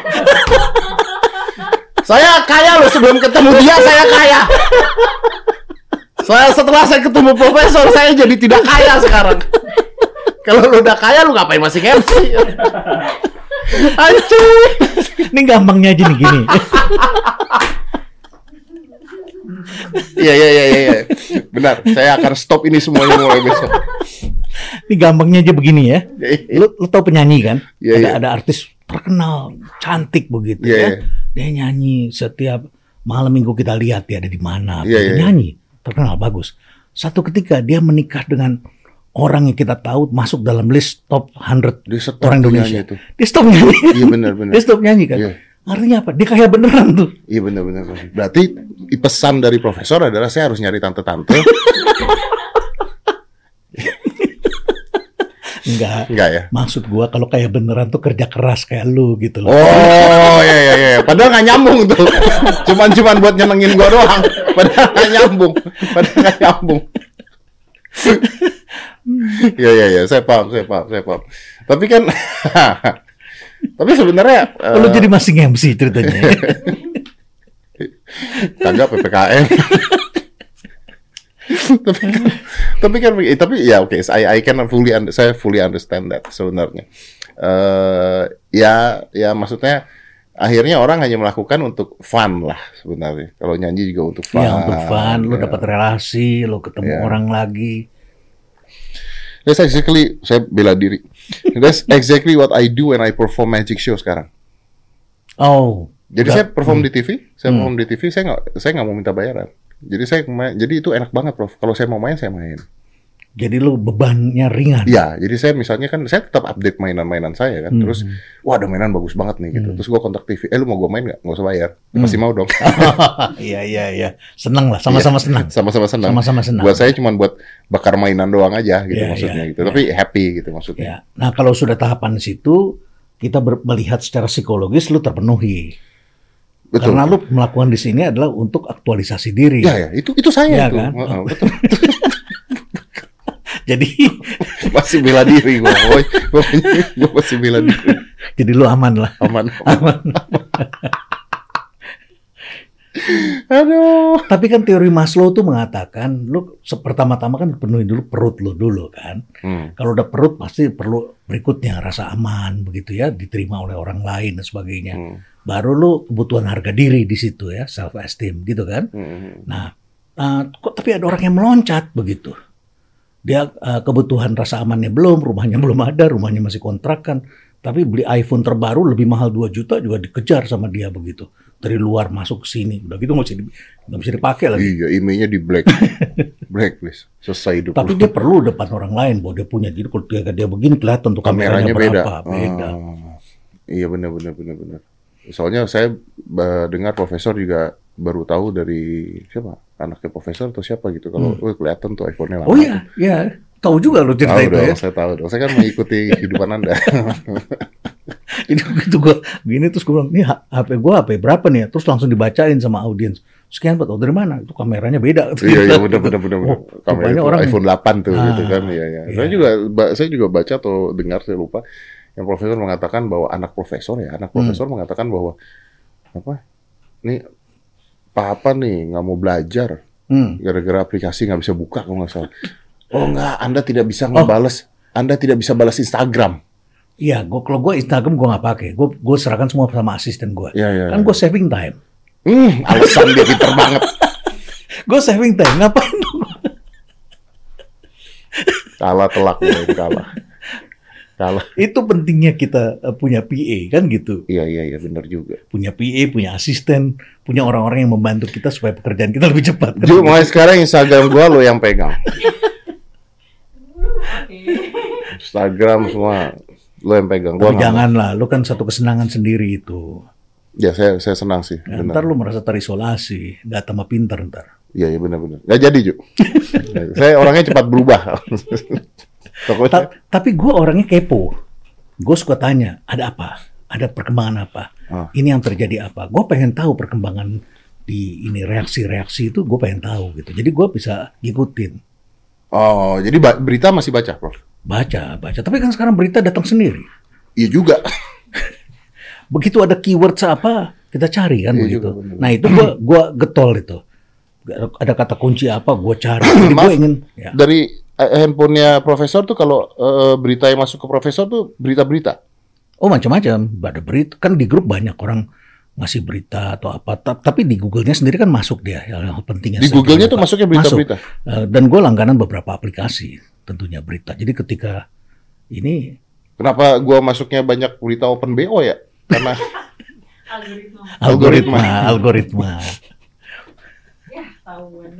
Saya kaya loh, sebelum ketemu dia saya kaya. Saya setelah saya ketemu profesor saya jadi tidak kaya sekarang. Kalau lu udah kaya lu ngapain masih M C? Anjir. ini gampangnya aja nih gini. Iya iya iya iya. Benar, saya akan stop ini semuanya mulai besok. Ini gampangnya aja begini ya. Lu, lu tahu penyanyi kan? Iya, ada iya. ada artis terkenal, cantik begitu Iya, ya. iya. Dia nyanyi setiap malam minggu kita lihat dia ada di mana. Iya, Dia iya. nyanyi, terkenal bagus. Satu ketika dia menikah dengan orang yang kita tahu masuk dalam list top seratus Dia stop orang tuh Indonesia. nyanyi itu. Dia stop nyanyi. Iya benar benar. Dia stop nyanyi kan. Iya. Artinya apa? Dia kaya beneran tuh. Iya benar benar. benar. Berarti pesan dari profesor adalah saya harus nyari tante-tante. Enggak. Enggak ya? Maksud gua kalau kayak beneran tuh kerja keras kayak lu gitu loh. Oh, iya iya iya. Padahal nggak nyambung tuh. Cuman-cuman buat nyenengin gua doang. Padahal nggak nyambung. Padahal nggak nyambung. Iya iya iya. Saya paham, saya paham, saya paham. Tapi kan, tapi sebenarnya. Lu uh, jadi masih M C ceritanya. Kagak P P K M. tapi kan, tapi kan, tapi ya oke, okay, I I can fully, saya fully understand that sebenarnya. Uh, ya, ya maksudnya akhirnya orang hanya melakukan untuk fun lah sebenarnya. Kalau nyanyi juga untuk fun. Ya untuk fun, lu ya. dapat relasi, lu ketemu Ya. orang lagi. That's exactly, saya bela diri. That's exactly what I do when I perform magic show sekarang. Oh. Jadi Gak- saya perform hmm. di T V, saya perform di T V, saya nggak, saya nggak mau minta bayaran. Jadi saya, main- jadi itu enak banget, Prof. Kalau saya mau main, saya main. Jadi lu bebannya ringan. Iya, jadi saya misalnya kan, saya tetap update mainan-mainan saya kan. Hmm. Terus, wah ada mainan bagus banget nih gitu. Hmm. Terus gua kontak T V, eh lu mau gua main nggak? Nggak usah bayar. Ya, pasti mau dong. Iya iya iya. Seneng lah, sama-sama senang. Sama-sama senang. Sama-sama senang. Buat saya cuma buat bakar mainan doang aja gitu Iya, maksudnya iya, gitu. iya. Tapi happy gitu maksudnya. Ya. Nah kalau sudah tahapan situ, kita ber- melihat secara psikologis lu terpenuhi. Betul. Karena lu melakukan di sini adalah untuk aktualisasi diri. Ya ya, itu itu saya Iya itu. kan? Heeh, betul. Jadi Masih bela diri gua, boy. Pokoknya gua masih bela diri. jadi lu aman lah. Aman. Aman. Aduh. Tapi kan teori Maslow tuh mengatakan lu se- pertama-tama kan penuhi dulu perut lu dulu kan. Hmm. Kalau udah perut pasti perlu berikutnya rasa aman begitu ya, diterima oleh orang lain dan sebagainya. Hmm. Baru lu kebutuhan harga diri di situ ya, self esteem gitu kan. Hmm. Nah, uh, kok tapi ada orang yang meloncat begitu. Dia uh, kebutuhan rasa amannya belum, rumahnya belum ada, rumahnya masih kontrakan, tapi beli iPhone terbaru lebih mahal dua juta juga dikejar sama dia begitu. Dari luar masuk ke sini, udah gitu nggak bisa, di- nggak bisa dipakai lagi. Iya, emailnya di black, blacklist, selesai hidup. Tapi lu. dia perlu depan orang lain bahwa dia punya. Jadi kalau dia, dia begini kelihatan tuh kameranya, Kameranya beda. berapa, beda. Ah, iya benar benar benar benar. Soalnya saya ba- dengar profesor juga baru tahu dari siapa, anaknya profesor atau siapa gitu. Kalau Hmm. oh, kelihatan tuh iPhone-nya lama. Oh iya, iya. Tahu juga lo cerita Tahu itu dong, ya. saya tahu dong. Saya kan mengikuti kehidupan Anda. Jadi begitu gue begini terus gue bilang, ini H P gue H P berapa nih ya? Terus langsung dibacain sama audiens. Sekian buat, oh dari mana? Itu kameranya beda. Iya iya benar benar benar benar. Oh, Kamera rupanya itu orang iPhone delapan tuh Ah, gitu kan. Iya iya. iya. Saya juga ba- saya juga baca atau dengar saya lupa yang profesor mengatakan bahwa anak profesor ya, anak profesor mengatakan bahwa apa? Nih papa nih nggak mau belajar Hmm. gara-gara aplikasi nggak bisa buka kalau nggak salah. Oh nggak, Anda tidak bisa ngebales, Anda tidak bisa balas Instagram. Iya, gua kalau gue Instagram gue nggak pakai. Gue gue serahkan semua sama asisten gue. Iya iya. Kan gue saving time. Hmm, alasan dia pinter banget. Gue saving time. Ngapain? Kalah telak gue kalah. Kalah. Itu pentingnya kita uh, punya P A kan gitu. Iya iya iya benar juga. Punya P A, punya asisten, punya orang-orang yang membantu kita supaya pekerjaan kita lebih cepat. Kan? Ju, mulai sekarang Instagram gua lo yang pegang. Instagram semua lo yang pegang. Gua Tapi nggak mau. janganlah, lu kan satu kesenangan sendiri itu. Ya saya saya senang sih. Ya, Benar. ntar lu merasa terisolasi, nggak tambah pinter ntar. Iya iya benar-benar. Nggak jadi Ju. Saya orangnya cepat berubah. Pokoknya. Ta- tapi gue orangnya kepo. Gue suka tanya, ada apa? Ada perkembangan apa? Ah. Ini yang terjadi apa? Gue pengen tahu perkembangan di ini reaksi-reaksi itu gue pengen tahu gitu. Jadi gue bisa ngikutin, Oh jadi ba- berita masih baca Prof? baca, baca. Tapi kan sekarang berita datang sendiri. Iya juga. Begitu ada keywords apa, kita cari kan Iya begitu. juga, benar. Nah itu gue gua getol itu. Ada kata kunci apa, gue cari. Jadi gue Maaf. ingin. Ya. Dari eh, handphonenya profesor tuh kalau eh, berita yang masuk ke profesor tuh berita-berita. Oh macam-macam. Ada berita kan di grup banyak orang ngasih berita atau apa. Ta- Tapi di Google-nya sendiri kan masuk dia yang yang pentingnya. Di saya Google-nya lupa. tuh masuknya berita-berita. Masuk. Eh, Dan gue langganan beberapa aplikasi tentunya berita. Jadi ketika ini Kenapa gua masuknya banyak berita open B O ya? Karena Algoritma. algoritma, algoritma. Ya, tahuan.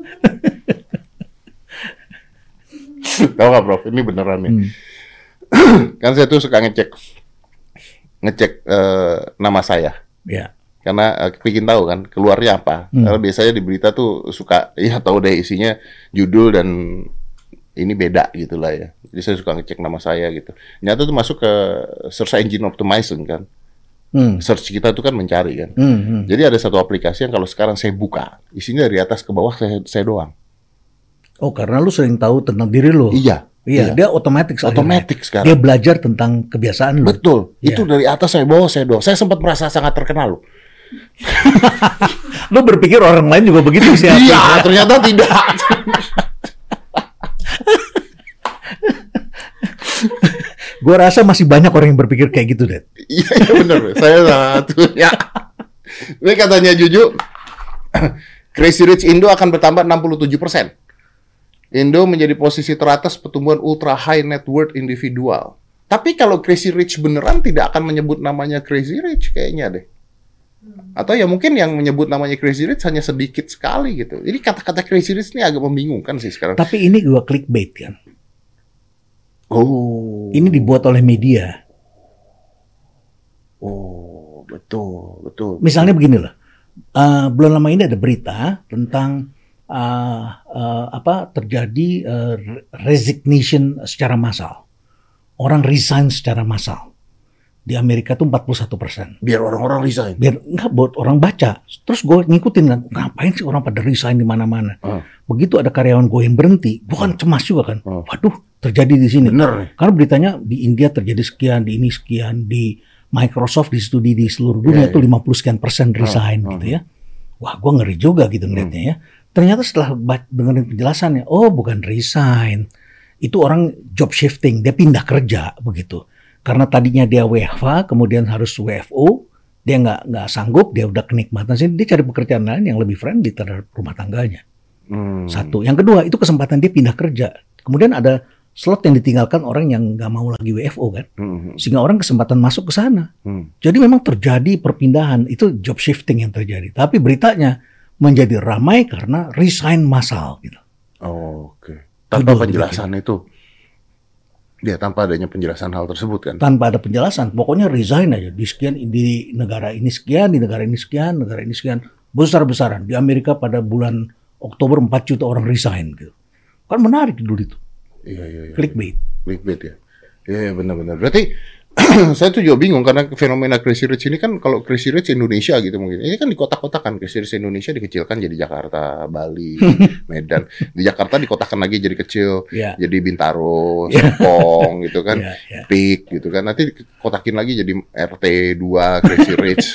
tahu nggak Prof? Ini beneran nih. Hmm. Kan saya tuh suka ngecek ngecek eh, nama saya. Ya. Karena uh, bikin tahu kan keluarnya apa. Hmm. Karena biasanya di berita tuh suka ya tahu deh isinya judul dan ini beda gitu lah ya. Jadi saya suka ngecek nama saya gitu. Nyata tuh masuk ke search engine optimization kan. Hmm. Search kita tuh kan mencari kan. Hmm, hmm. Jadi ada satu aplikasi yang kalau sekarang saya buka, isinya dari atas ke bawah saya, saya doang. Oh, karena lu sering tahu tentang diri lu. Iya. Iya, dia otomatis. Otomatis sekarang. Dia belajar tentang kebiasaan lu. Betul. Iya. Itu dari atas saya bawah saya doang. Saya sempat merasa sangat terkenal loh. Lu berpikir orang lain juga begitu sih? Iya, ternyata tidak. Gue rasa masih banyak orang yang berpikir kayak gitu, Dad. Iya, iya benar. Saya satu. Ya. Ini katanya Juju, Crazy Rich Indo akan bertambah enam puluh tujuh persen. Indo menjadi posisi teratas pertumbuhan ultra high net worth individual. Tapi kalau Crazy Rich beneran tidak akan menyebut namanya Crazy Rich kayaknya deh. Atau ya mungkin yang menyebut namanya Crazy Rich hanya sedikit sekali gitu. Jadi kata-kata Crazy Rich ini agak membingungkan sih sekarang. Tapi ini gua clickbait kan. Oh. Ini dibuat oleh media. Oh, betul, betul. Misalnya begini loh. Uh, belum lama ini ada berita tentang uh, uh, apa terjadi uh, resignation secara massal. Orang resign secara massal. Di Amerika tuh empat puluh satu persen. Biar orang-orang resign. Biar enggak buat orang baca. Terus gue ngikutin kan, ngapain sih orang pada resign di mana-mana. Uh. Begitu ada karyawan gue yang berhenti, gue kan cemas juga kan. Uh. Waduh, terjadi di sini. Bener nih. Karena beritanya di India terjadi sekian, di ini sekian, di Microsoft di studi di seluruh dunia yeah, tuh yeah. lima puluh sekian persen resign uh, uh. gitu ya. Wah, gue ngeri juga gitu ngeliatnya ya. Ternyata setelah dengerin penjelasannya, oh bukan resign. Itu orang job shifting, dia pindah kerja begitu. Karena tadinya dia W F H, kemudian harus W F O, dia nggak nggak sanggup, dia udah kenikmatan sini, dia cari pekerjaan lain yang lebih friendly terhadap rumah tangganya. Hmm. Satu, yang kedua itu kesempatan dia pindah kerja. Kemudian ada slot yang ditinggalkan orang yang nggak mau lagi W F O kan, Hmm. sehingga orang kesempatan masuk ke sana. Hmm. Jadi memang terjadi perpindahan, itu job shifting yang terjadi. Tapi beritanya menjadi ramai karena resign massal gitu. Oh, oke. Okay. Tanpa Aduh, penjelasan itu. Ya, tanpa adanya penjelasan hal tersebut kan. Tanpa ada penjelasan, pokoknya resign aja. Di sekian, di negara ini sekian, di negara ini sekian, negara ini sekian. Besar-besaran. Di Amerika pada bulan Oktober empat juta orang resign gitu. Kan menarik dulu itu. Iya, iya, iya. Clickbait. Clickbait ya. Iya, ya, benar-benar. Berarti saya tuh juga bingung karena fenomena Crazy Rich ini kan kalau Crazy Rich Indonesia gitu mungkin. Ini kan di kota-kotakan. Crazy Rich Indonesia dikecilkan jadi Jakarta, Bali, Medan. Di Jakarta dikotakan lagi jadi kecil. Yeah. Jadi Bintaro, Serpong gitu kan. Yeah, yeah. Peak gitu kan. Nanti kotakin lagi jadi R T dua Crazy Rich.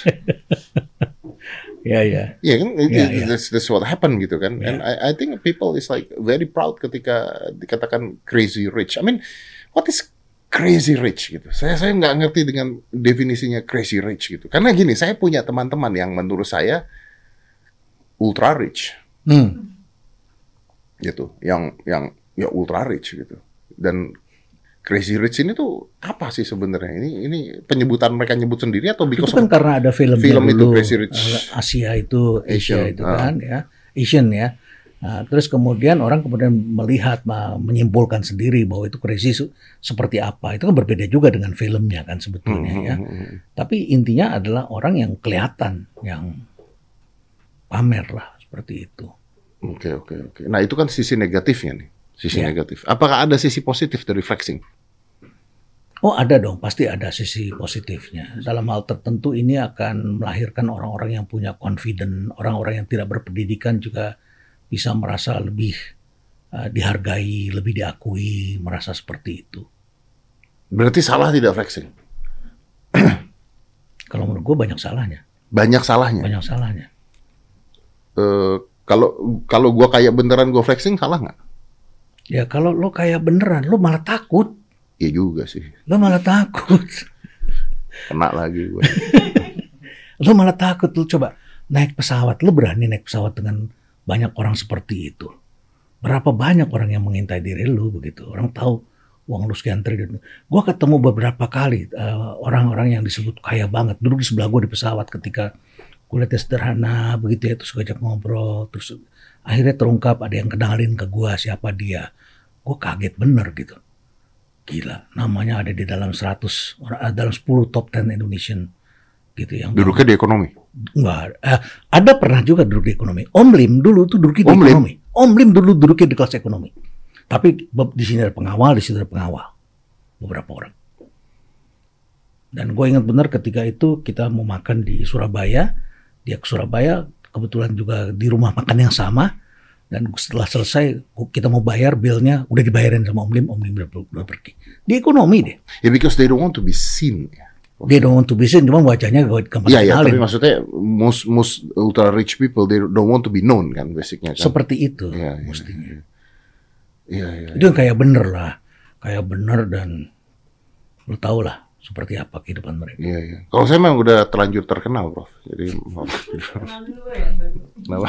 Ya, ya. Iya kan, Yeah, yeah. that's, that's what happened gitu kan. Yeah. And I, I think people is like very proud ketika dikatakan crazy rich. I mean, what is crazy rich gitu? Saya saya nggak ngerti dengan definisinya crazy rich gitu. Karena gini, saya punya teman-teman yang menurut saya ultra rich Hmm. gitu, yang yang ya ultra rich gitu. Dan crazy rich ini tuh apa sih sebenarnya? Ini ini penyebutan mereka nyebut sendiri atau because Itu kan of- karena ada film, film itu dulu, Crazy Rich. uh, Asia itu, Asia Asian, itu ah. kan ya, Asian ya. Nah, terus kemudian orang kemudian melihat, ma- menyimpulkan sendiri bahwa itu crazy su- seperti apa. Itu kan berbeda juga dengan filmnya kan sebetulnya Hmm, ya. hmm, hmm, hmm. Tapi intinya adalah orang yang kelihatan, yang pamer lah seperti itu. Oke, oke, oke. Nah, itu kan sisi negatifnya nih. Sisi Ya. negatif. Apakah ada sisi positif dari flexing? Oh ada dong, pasti ada sisi positifnya. Dalam hal tertentu ini akan melahirkan orang-orang yang punya confident, orang-orang yang tidak berpendidikan juga bisa merasa lebih uh, dihargai, lebih diakui, merasa seperti itu. Berarti salah tidak flexing? Kalau menurut gue banyak salahnya, Banyak salahnya. banyak salahnya. Eh, kalau kalau gua kayak beneran gua flexing salah nggak? Ya kalau lo kayak beneran, lo malah takut, Iya juga sih. lo malah takut, Kena lagi gua. lo malah takut. Lo coba naik pesawat, lo berani naik pesawat dengan banyak orang seperti itu. Berapa banyak orang yang mengintai diri lo begitu. Orang tahu uang lu sekian triliun. Gue ketemu beberapa kali uh, orang-orang yang disebut kaya banget. Duduk di sebelah gue di pesawat ketika kulitnya sederhana begitu ya. Terus gue ajak ngobrol. Terus akhirnya terungkap ada yang kenalin ke gue siapa dia. Gue kaget bener gitu. Gila, namanya ada di dalam seratus, orang- dalam sepuluh top sepuluh Indonesian gitu yang Duduknya di ekonomi. Enggak, eh, ada pernah juga duduk di ekonomi. Om Lim dulu tuh duduk di Om Lim? ekonomi. Om Lim dulu duduknya di kelas ekonomi. Tapi be- di sini ada pengawal, di sini ada pengawal, beberapa orang. Dan gue ingat benar ketika itu kita mau makan di Surabaya, dia ke Surabaya, kebetulan juga di rumah makan yang sama. Dan setelah selesai kita mau bayar bilnya udah dibayarin sama Om Lim, Om Lim udah, udah pergi. Di ekonomi deh. Yeah, because they don't want to be seen. Dia don't want to be seen, cuma wajahnya gampang Iya, iya, kenalin. tapi maksudnya most most ultra rich people they don't want to be known kan basicnya kan. Seperti itu Iya, iya, mestinya. Iya, iya. Itu yang kayak bener lah, kayak bener dan lu tau lah seperti apa kehidupan mereka. Iya, iya. Kalau saya memang udah terlanjur terkenal, Prof. Jadi maaf. Kenal dulu ya baru. Kenapa?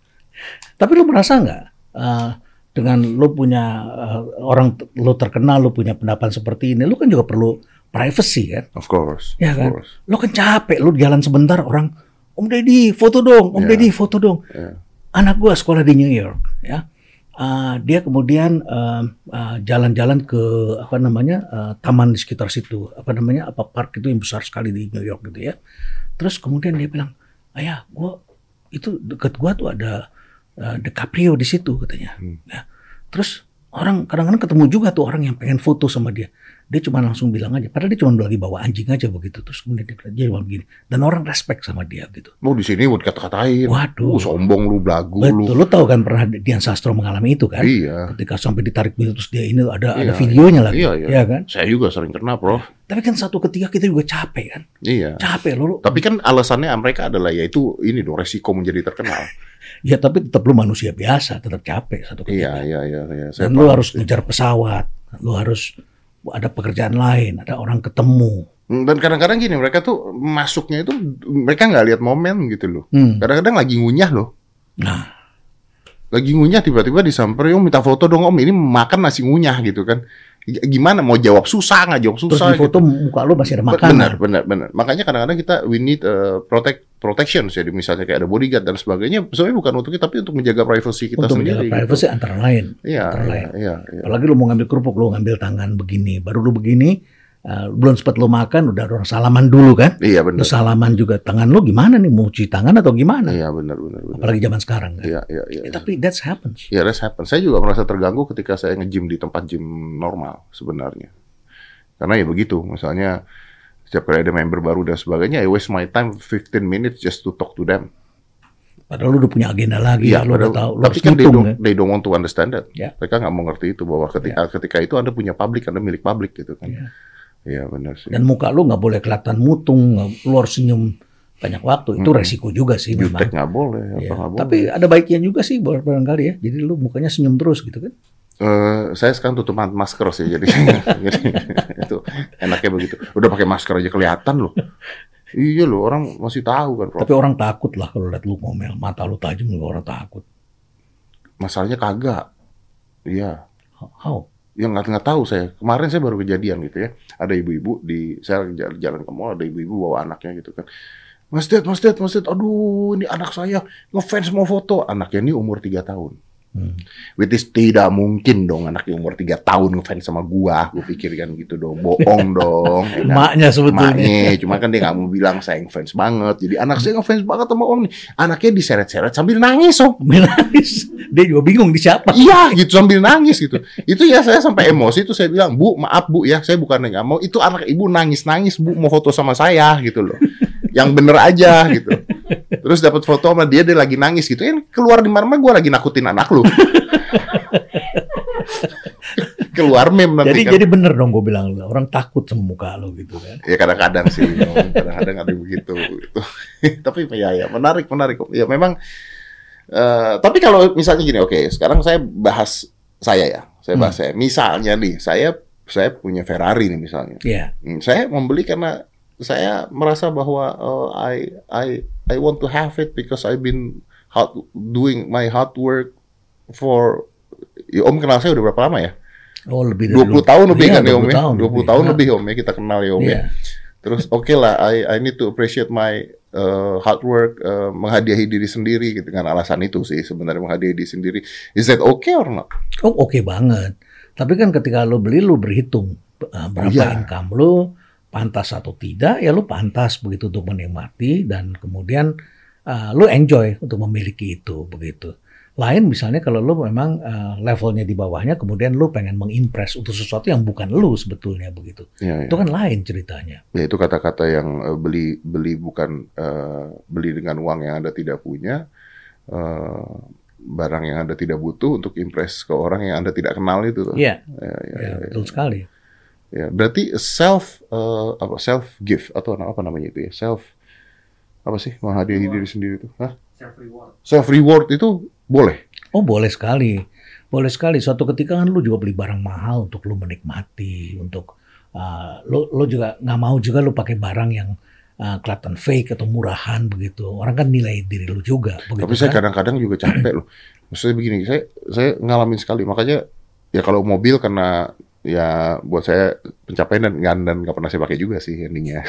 Tapi lu merasa nggak uh, dengan lu punya uh, orang lu terkenal, lu punya pendapat seperti ini, lu kan juga perlu privacy kan? Of course. Ya of kan? course. Lu kan capek, lu jalan sebentar orang, Om Deddy foto dong, Om Ya. Deddy foto dong. Ya. Anak gua sekolah di New York, ya. Uh, dia kemudian uh, uh, jalan-jalan ke apa namanya uh, taman di sekitar situ, apa namanya apa park itu yang besar sekali di New York gitu ya. Terus kemudian dia bilang, ayah, gua itu deket gua tuh ada uh, DiCaprio di situ katanya. Hmm. Ya. Terus orang kadang-kadang ketemu juga tuh orang yang pengen foto sama dia. Dia cuma langsung bilang aja, padahal dia cuma lagi bawa anjing aja begitu. Terus kemudian dia, dia cuma begini. Dan orang respect sama dia gitu. Mau di sini buat kata-katain. Waduh. Uh, sombong lu, belagu Betul, lu. lu tahu kan pernah Dian Sastro mengalami itu kan? Iya. Ketika sampai ditarik begitu terus dia ini ada Iya, ada videonya lagi, Iya, iya. ya kan? Saya juga sering kena, Prof. Tapi kan satu ketika kita juga capek kan? Iya. Capek lu. lu- Tapi kan alasannya mereka adalah yaitu ini dong resiko menjadi terkenal. Ya tapi tetap lu manusia biasa, tetap capek satu Iya, ketika. iya, iya, iya. Saya Dan lu paham harus sih. ngejar pesawat, lu harus ada pekerjaan lain, ada orang ketemu. Dan kadang-kadang gini, mereka tuh masuknya itu mereka nggak lihat momen gitu loh. Hmm. Kadang-kadang lagi ngunyah loh. Nah, Lagi ngunyah tiba-tiba disamperin, om minta foto dong om, ini makan nasi ngunyah gitu kan. G- Gimana mau jawab susah nggak jawab terus susah di foto gitu. muka lu masih ada Benar, makanan. benar, benar. Makanya kadang-kadang kita we need uh, protect protections ya, misalnya kayak ada bodyguard dan sebagainya. Sebenarnya bukan untuk kita, tapi untuk menjaga privacy kita Untuk menjaga sendiri. privacy gitu. antara lain. Iya, antara iya, lain. iya, iya. Apalagi lu mau ngambil kerupuk, lu ngambil tangan begini, baru lu begini, uh, belum sempat lu makan, udah ada orang salaman dulu kan? Iya Lu benar. salaman juga, tangan lu gimana nih, mau cuci tangan atau gimana? Iya benar, benar, benar. Apalagi zaman sekarang kan? Iya, iya, iya. Ya, tapi that's happens. Ya, that's happen. Saya juga merasa terganggu ketika saya nge-gym di tempat gym normal sebenarnya. Karena ya begitu, misalnya setiap kali ada member baru dan sebagainya, I waste my time fifteen minutes just to talk to them. Padahal lu udah punya agenda lagi, Iya, lu udah padahal- tahu, lu tapi harus kan they ngitung don't, kan? they don't want to understand that. Ya. Mereka nggak mau ngerti itu bahwa ketika ketika itu Anda punya publik, Anda milik publik gitu kan. Iya. Iya benar sih. Dan muka lu nggak boleh kelihatan mutung, nggak- lu harus senyum banyak waktu. Itu resiko juga sih memang. Jutek nggak boleh, apa Iya. nggak boleh. Tapi ada baiknya juga sih barangkali ya. Jadi lu mukanya senyum terus gitu kan? Eh, saya sekarang tutup ma- masker sih, jadi, jadi itu enaknya begitu. Udah pakai masker aja kelihatan loh. Iya loh, orang masih tahu kan, Prof. Tapi orang takut lah kalau lihat lu ngomel, mata lu tajam juga orang takut. Masalahnya kagak. Iya. How? Yang nggak nggak tahu saya. Kemarin saya baru kejadian gitu ya. Ada ibu-ibu di saya jalan, jalan ke mall, ada ibu-ibu bawa anaknya gitu kan. Mas Ded, Mas Ded, Mas Ded, aduh ini anak saya ngefans mau foto. Anaknya ini umur tiga tahun. Hmm. Which is tidak mungkin dong anaknya umur tiga tahun ngefans sama gua. Gue pikir kan gitu dong. Bohong dong. ya kan? Emaknya sebetulnya. Emaknya, cuma kan dia nggak mau bilang saya ngefans banget. Jadi anak saya ngefans banget sama om nih. Anaknya diseret-seret sambil nangis om. Nangis. Dia juga bingung di siapa. Iya gitu sambil nangis gitu. Itu ya saya sampai emosi itu saya bilang, Bu maaf Bu ya, saya bukan nggak mau. Itu anak ibu nangis-nangis Bu mau foto sama saya gitu loh. Yang bener aja gitu. Terus dapat foto sama dia, dia lagi nangis gitu. Eh keluar di mana-mana gue lagi nakutin anak lu. Keluar meme nanti Jadi kan. jadi bener dong gue bilang, orang takut sama muka lu gitu kan. Ya kadang-kadang sih, kadang-kadang ada begitu. Gitu. Tapi ya ya menarik menarik. Ya memang. Uh, tapi kalau misalnya gini, oke, okay, sekarang saya bahas saya ya, saya bahas hmm. saya. Misalnya nih, saya saya punya Ferrari nih misalnya. Iya. Hmm, saya membeli karena saya merasa bahwa uh, I I I want to have it because I've been hard, doing my hard work for. Ya, Om kenal saya udah berapa lama ya? Oh lebih dari dua puluh tahun lebih Iya, kan ya Om ya? tahun dua puluh tahun lebih Om ya kita kenal ya Om ya. Iya. Terus oke okay lah, I I need to appreciate my uh, hard work, uh, menghadiahi diri sendiri gitu, dengan alasan itu sih sebenarnya menghadiahi diri sendiri. Is that okay or not? Oh oke okay banget. Tapi kan ketika lu beli lu berhitung uh, berapa Iya. income lu, pantas atau tidak, ya lu pantas begitu untuk menikmati dan kemudian uh, lu enjoy untuk memiliki itu begitu. Lain misalnya kalau lu memang uh, levelnya di bawahnya, kemudian lu pengen mengimpress untuk sesuatu yang bukan lu sebetulnya begitu. Ya, Itu ya. kan lain ceritanya. Ya, itu kata-kata yang uh, beli beli bukan uh, beli dengan uang yang Anda tidak punya, uh, barang yang Anda tidak butuh untuk impress ke orang yang Anda tidak kenal itu. Tuh. Iya, Ya, ya, ya, ya, betul ya. sekali. Ya, berarti self uh, apa self gift atau apa namanya itu ya? Self apa sih menghadiahi diri sendiri itu? Hah? Self reward. Self reward itu boleh. Oh boleh sekali, boleh sekali. Suatu ketika kan lu juga beli barang mahal untuk lu menikmati, untuk uh, lu, lu juga nggak mau juga lu pakai barang yang uh, kelihatan fake atau murahan begitu. Orang kan nilai diri lu juga. Begitu Tapi saya kan? kadang-kadang juga capek loh. Maksudnya begini, saya saya ngalamin sekali. Makanya ya kalau mobil karena ya buat saya pencapaian dan dan dan nggak pernah saya pakai juga sih endingnya.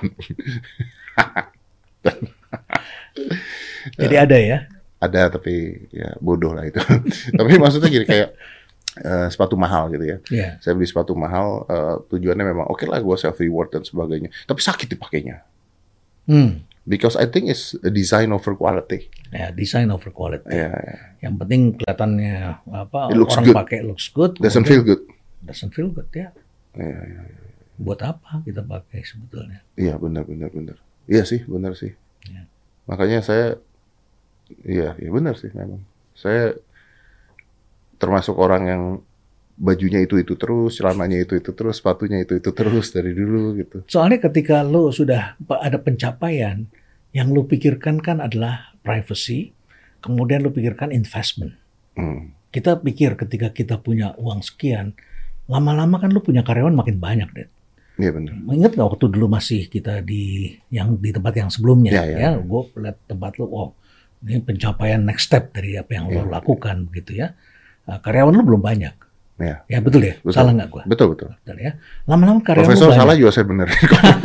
Jadi ada ya. Ada tapi ya bodoh lah itu. Tapi maksudnya gini kayak eh, sepatu mahal gitu ya. Ya. Saya beli sepatu mahal eh, tujuannya memang oke lah gue self reward dan sebagainya. Tapi sakit dipakainya. Hmm. Because I think it's a design over quality. Ya, design over quality. Ya, ya. Yang penting kelihatannya apa It looks orang good. pakai looks good. Doesn't kemudian feel good. Doesn't feel good ya. Ya, ya, ya. Buat apa kita pakai sebetulnya? Iya benar benar benar. Iya sih benar sih. Ya. Makanya saya, iya ya benar sih memang. Saya termasuk orang yang bajunya itu itu terus, celananya itu itu terus, sepatunya itu itu terus dari dulu gitu. Soalnya ketika lo sudah ada pencapaian, yang lo pikirkan kan adalah privacy, kemudian lo pikirkan investment. Hmm. Kita pikir ketika kita punya uang sekian, lama-lama kan lo punya karyawan makin banyak deh. Iya benar. Ingat nggak waktu dulu masih kita di yang di tempat yang sebelumnya, Ya, ya, ya. gue lihat tempat lo, oh ini pencapaian next step dari apa yang lo Ya. lakukan begitu ya. Nah, karyawan lo belum banyak, Ya. ya betul ya, Betul. salah nggak gue? Betul betul. Betul ya. Lama-lama karyawan Profesor lo banyak, salah juga saya benerin.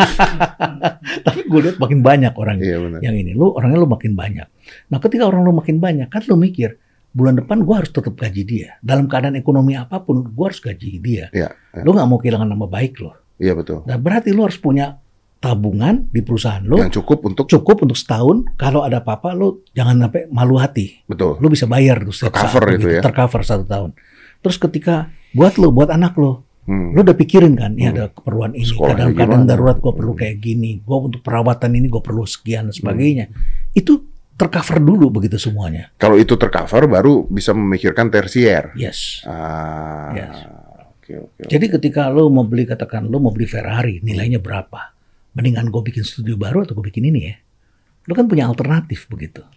tapi gue lihat makin banyak orang Iya benar. yang ini, lu orangnya lu makin banyak. Nah ketika orang lu makin banyak, kan lu mikir bulan depan gue harus tetap gaji dia. Dalam keadaan ekonomi apapun, gue harus gaji dia. Iya. Ya. Lu nggak mau kehilangan nama baik lo. Iya betul. Nah berarti lu harus punya tabungan di perusahaan lu Yang cukup untuk cukup untuk setahun. Kalau ada apa-apa lu jangan sampai malu hati. betul. Lu bisa bayar tuh setiap Tercover saat itu begitu, ya. tercover satu tahun. Terus ketika buat lu, buat anak lu, Hmm. lu udah pikirin kan, ya Hmm. ada keperluan ini, Sekolahnya kadang-kadang gimana? darurat gue perlu Hmm. kayak gini, gue untuk perawatan ini gue perlu sekian dan sebagainya. Itu tercover dulu begitu semuanya. Kalau itu tercover baru bisa memikirkan tersier. Yes. Ah. Yes. Oke oke. Jadi ketika lo mau beli, katakan lo mau beli Ferrari, nilainya berapa? Mendingan gue bikin studio baru atau gue bikin ini ya? Lo kan punya alternatif begitu.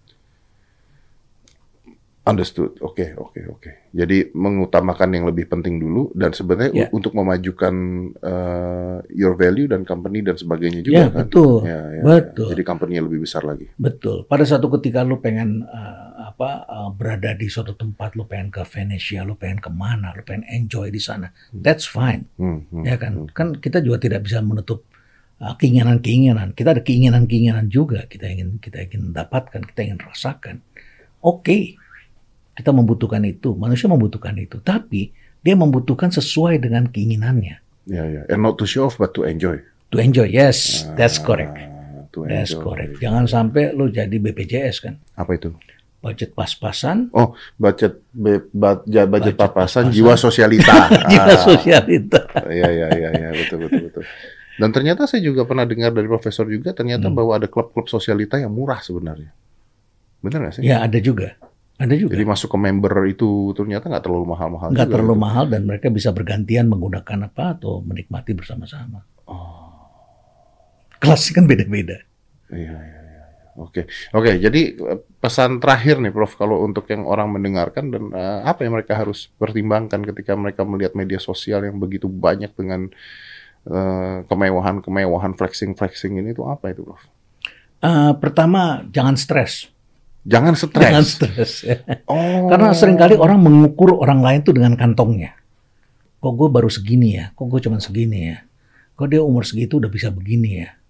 Understood. Oke, oke, oke. Jadi mengutamakan yang lebih penting dulu dan sebenarnya Ya. u- untuk memajukan uh, your value dan company dan sebagainya Ya juga kan. betul, Ya, ya, betul. ya. Jadi company-nya lebih besar lagi. Betul. Pada satu ketika lo pengen uh, apa uh, berada di suatu tempat, lo pengen ke Venesia, lo pengen kemana, lo pengen enjoy di sana, that's fine. Hmm, hmm, Ya kan, hmm. kan kita juga tidak bisa menutup uh, keinginan-keinginan. Kita ada keinginan-keinginan juga. Kita ingin kita ingin dapatkan, kita ingin rasakan. Oke, kita membutuhkan itu. Manusia membutuhkan itu. Tapi dia membutuhkan sesuai dengan keinginannya. Ya, ya. And not to show off but to enjoy. To enjoy, yes, that's correct. Ah, to That's enjoy. correct. Jangan sampai lo jadi B P J S kan, Apa itu? budget pas-pasan, Oh, budget be- ba- ja- budget Budget papasan, pas-pasan. jiwa sosialita. jiwa Ah, sosialita. Iya, iya, iya, iya, betul, betul, betul. Dan ternyata saya juga pernah dengar dari profesor juga, ternyata Hmm. bahwa ada klub-klub sosialita yang murah sebenarnya. Benar nggak sih? Ya ada juga, ada juga. Jadi masuk ke member itu ternyata nggak terlalu mahal-mahal. Nggak juga terlalu gitu. mahal dan mereka bisa bergantian menggunakan apa atau menikmati bersama-sama. Oh, Kelasnya kan beda-beda. iya, iya, iya. Oke, oke. Jadi eh, pesan terakhir nih, Prof, kalau untuk yang orang mendengarkan dan eh, apa yang mereka harus pertimbangkan ketika mereka melihat media sosial yang begitu banyak dengan eh, kemewahan-kemewahan, flexing-flexing ini, itu apa itu, Prof? Eh, pertama, jangan stres. Jangan Jangan stres. stres. Ya. Oh. Karena seringkali orang mengukur orang lain tuh dengan kantongnya. Kok gue baru segini ya? Kok gue cuma segini ya? Kok dia umur segitu udah bisa begini ya?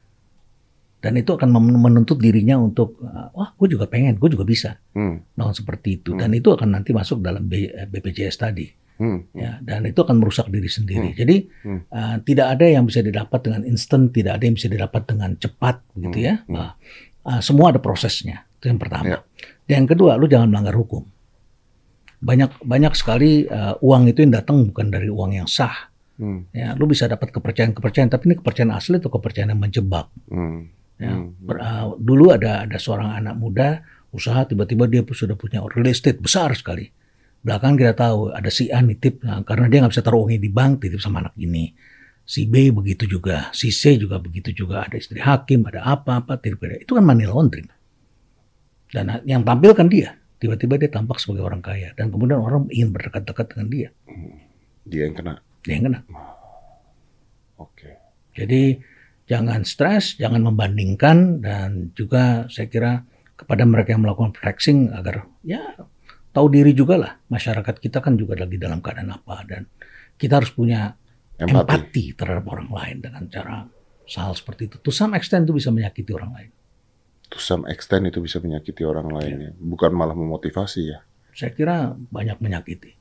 Dan itu akan mem- menuntut dirinya untuk, uh, wah gue juga pengen, gue juga bisa. Hmm, Nah seperti itu. Dan itu akan nanti masuk dalam B- B P J S tadi. hmm, Ya, dan itu akan merusak diri sendiri. Jadi Hmm. uh, tidak ada yang bisa didapat dengan instan, tidak ada yang bisa didapat dengan cepat, begitu Hmm. ya. Hmm. Nah, uh, semua ada prosesnya. Itu yang pertama. Ya. Yang kedua, lu jangan melanggar hukum. Banyak banyak sekali uh, uang itu yang datang bukan dari uang yang sah. Hmm. Ya, lu bisa dapat kepercayaan-kepercayaan, tapi ini kepercayaan asli atau kepercayaan yang menjebak. Hmm. Ya, Hmm. ber- uh, dulu ada ada seorang anak muda usaha, tiba-tiba dia sudah punya real estate besar sekali. Belakangan kita tahu ada si A nitip, nah, karena dia nggak bisa taruh uangnya di bank, titip sama anak ini. Si B begitu juga, si C juga begitu juga. Ada istri hakim, ada apa-apa, titip. Itu kan money laundering. Dan yang tampil kan dia. Tiba-tiba dia tampak sebagai orang kaya. Dan kemudian orang ingin berdekat-dekat dengan dia. Dia yang kena. Dia yang kena. Oke. Jadi jangan stres, jangan membandingkan. Dan juga saya kira kepada mereka yang melakukan flexing agar ya tahu diri juga lah. Masyarakat kita kan juga lagi dalam keadaan apa. Dan kita harus punya Empati. empati terhadap orang lain dengan cara hal seperti itu. To some extent itu bisa menyakiti orang lain. To some extent itu bisa menyakiti orang lain ya. Bukan malah memotivasi ya. Saya kira banyak menyakiti.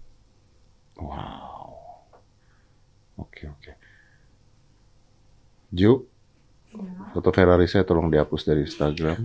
Wow. Oke oke. Ju, foto Ferrari saya tolong dihapus dari Instagram.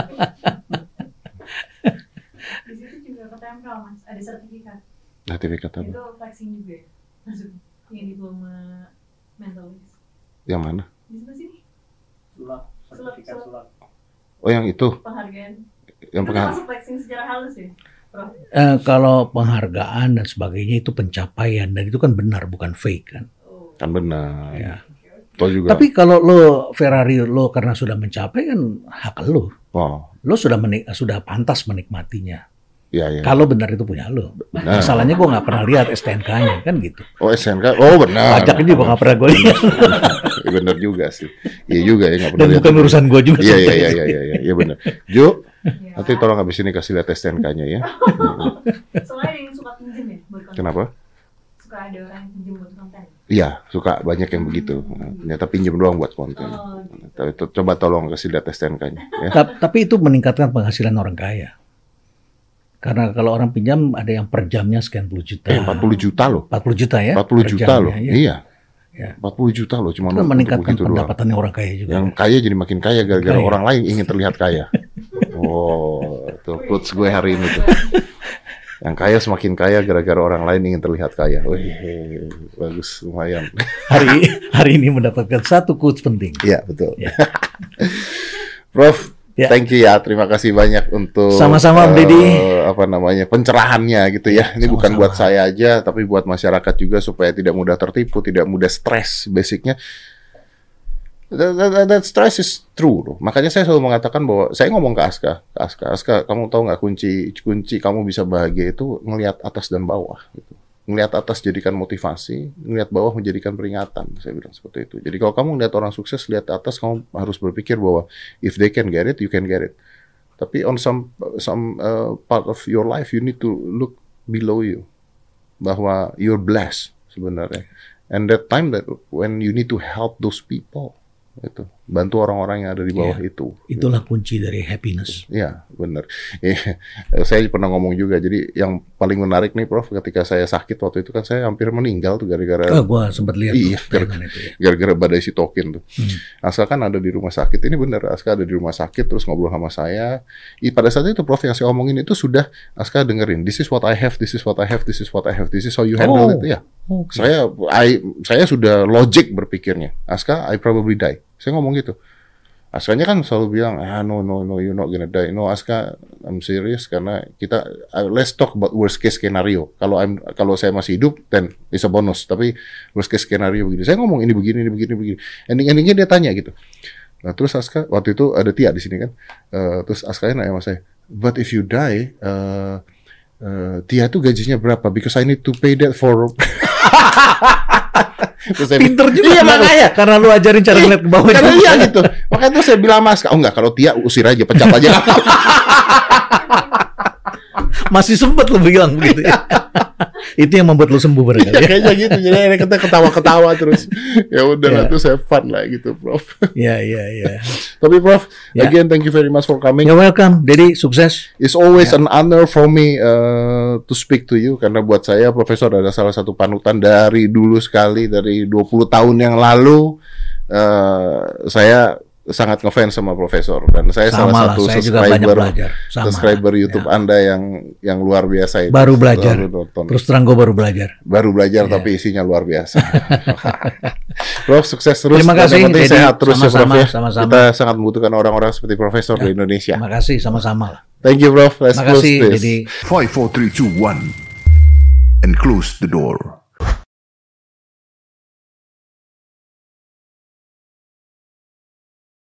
Di situ juga ketempel mas, ada sertifikat. Sertifikat apa? Itu flexing juga ya, maksudnya yang diploma mentalis. Yang mana? Di sebelah sini. Sulap, Sulap, sertifikat sulap. sulap. Oh yang itu, Penghargaan. yang Itu pengen. masuk flexing secara halus ya, Prof? Eh, kalau penghargaan dan sebagainya itu pencapaian dan itu kan benar bukan fake kan. Oh. Kan benar. Ya. Toh juga. Tapi kalau lo Ferrari lo karena sudah mencapai kan hak lo. Wow. Lo sudah menik sudah pantas menikmatinya. Ya ya. Kalau benar itu punya lo. Benar. Masalahnya gue nggak pernah lihat S T N K-nya kan gitu. Oh S N K. Oh benar. Pajaknya juga nggak pernah gue lihat. Ya, benar juga sih. Iya juga ya nggak pernah Dan lihat. bukan urusan gue juga. Iya iya sebenarnya. iya iya iya iya benar. Ju, Ya. nanti tolong habis ini kasih lihat S T N K-nya ya. Soalnya ada yang suka pinjem ya buat konten. Kenapa? Suka ada orang yang pinjem buat konten. Iya, suka banyak yang begitu. Nah, ternyata pinjam doang buat konten. Oh, gitu. Tapi to- coba tolong kasih lihat S T N K-nya ya. Ta- Tapi itu meningkatkan penghasilan orang kaya. Karena kalau orang pinjam ada yang per jamnya sekian puluh juta. Eh, empat puluh juta loh. empat puluh juta ya. empat puluh per juta jamnya, loh. ya. Iya. Ya. empat puluh juta loh cuma Itu kan untuk meningkatkan begitu doang. pendapatannya orang kaya juga. Yang kaya jadi makin kaya gara-gara Kaya. orang lain ingin terlihat kaya. Oh, itu quotes gue hari ini tuh. Yang kaya semakin kaya gara-gara orang lain ingin terlihat kaya. Wih, bagus, lumayan. hari hari ini mendapatkan satu quotes penting. Iya, betul. Ya. Prof, Ya. thank you ya. Terima kasih banyak untuk Sama-sama, Om eh, Deddy. apa namanya pencerahannya gitu ya. Ini Sama-sama. bukan buat saya aja, tapi buat masyarakat juga supaya tidak mudah tertipu, tidak mudah stres. Basicnya, that, that, that stress is true loh. Makanya saya selalu mengatakan bahwa saya ngomong ke Aska, ke Aska, Aska, kamu tahu nggak kunci kunci kamu bisa bahagia itu ngelihat atas dan bawah. Gitu. Ngelihat atas jadikan motivasi, ngelihat bawah menjadikan peringatan. Saya bilang seperti itu. Jadi kalau kamu ngelihat orang sukses, lihat atas, kamu harus berpikir bahwa if they can get it, you can get it. Tapi on some some uh, part of your life, you need to look below you, bahwa you're blessed sebenarnya. And that time that when you need to help those people, itu bantu orang-orang yang ada di bawah Iya. itu. Itulah kunci dari happiness. Iya, benar. Iya, saya pernah ngomong juga. Jadi yang paling menarik nih, Prof, ketika saya sakit waktu itu kan saya hampir meninggal tuh gara-gara Oh, gua sempat lihat Iya, tuh tayangan itu ya. gara-gara badai sitokin tuh. Hmm. Aska kan ada di rumah sakit. Ini benar, Aska ada di rumah sakit terus ngobrol sama saya. I, pada saat itu Prof yang saya omongin itu sudah Aska dengerin. This is what I have, this is what I have, this is what I have, this is how you handle Oh. it. Ya, Oke. saya I, saya sudah logic berpikirnya. Aska, I probably die. Saya ngomong gitu. Askanya kan selalu bilang, ah no no no you're not gonna die. No Aska, I'm serious karena kita uh, let's talk about worst case scenario. Kalau I'm kalau saya masih hidup, then it's a bonus. Tapi worst case scenario begini. Saya ngomong ini begini, ini begini, begini. Ending-endingnya dia tanya gitu. Nah terus Aska waktu itu ada Tia di sini kan. Uh, terus Askanya nanya sama saya, but if you die, uh, uh, Tia tuh gajinya berapa? Because I need to pay that for. Terus saya Pinter juga. Iya karena- makanya. Karena lu ajarin cara ngeliat ke bawah Karena juga. iya gitu. Makanya tuh saya bilang Mas, oh enggak kalau Tia usir aja, pecat aja. Masih sempat lu bilang begitu ya. Itu yang membuat lu sembuh barangkali ya. Kayaknya gitu. Jadi akhirnya kita ketawa-ketawa terus. Ya udah lah Iya. tuh saya fun lah gitu, Prof. Iya, iya, iya. Tapi Prof, Ya. again thank you very much for coming. You're welcome. Dedi, sukses. It's always an honor for me uh, to speak to you karena buat saya Profesor adalah salah satu panutan dari dulu sekali dari dua puluh tahun yang lalu. Uh, saya sangat ngefans sama Profesor dan saya Sama salah lah, satu saya juga banyak subscriber belajar. Sama subscriber lah, YouTube ya. Anda yang yang luar biasa itu. Baru belajar. Selalu nonton. Terus terang gue baru belajar. Baru belajar Ya. tapi isinya luar biasa. Prof sukses terus. Terima dan kasih, yang penting Dedi. sehat terus ya Prof Sama-sama, ya. sama-sama. Kita sangat membutuhkan orang-orang seperti Profesor di Indonesia. Terima kasih, sama-sama lah. Thank you Prof. Let's Terima close kasih, this. jadi five, four, three, two, one, and close the door.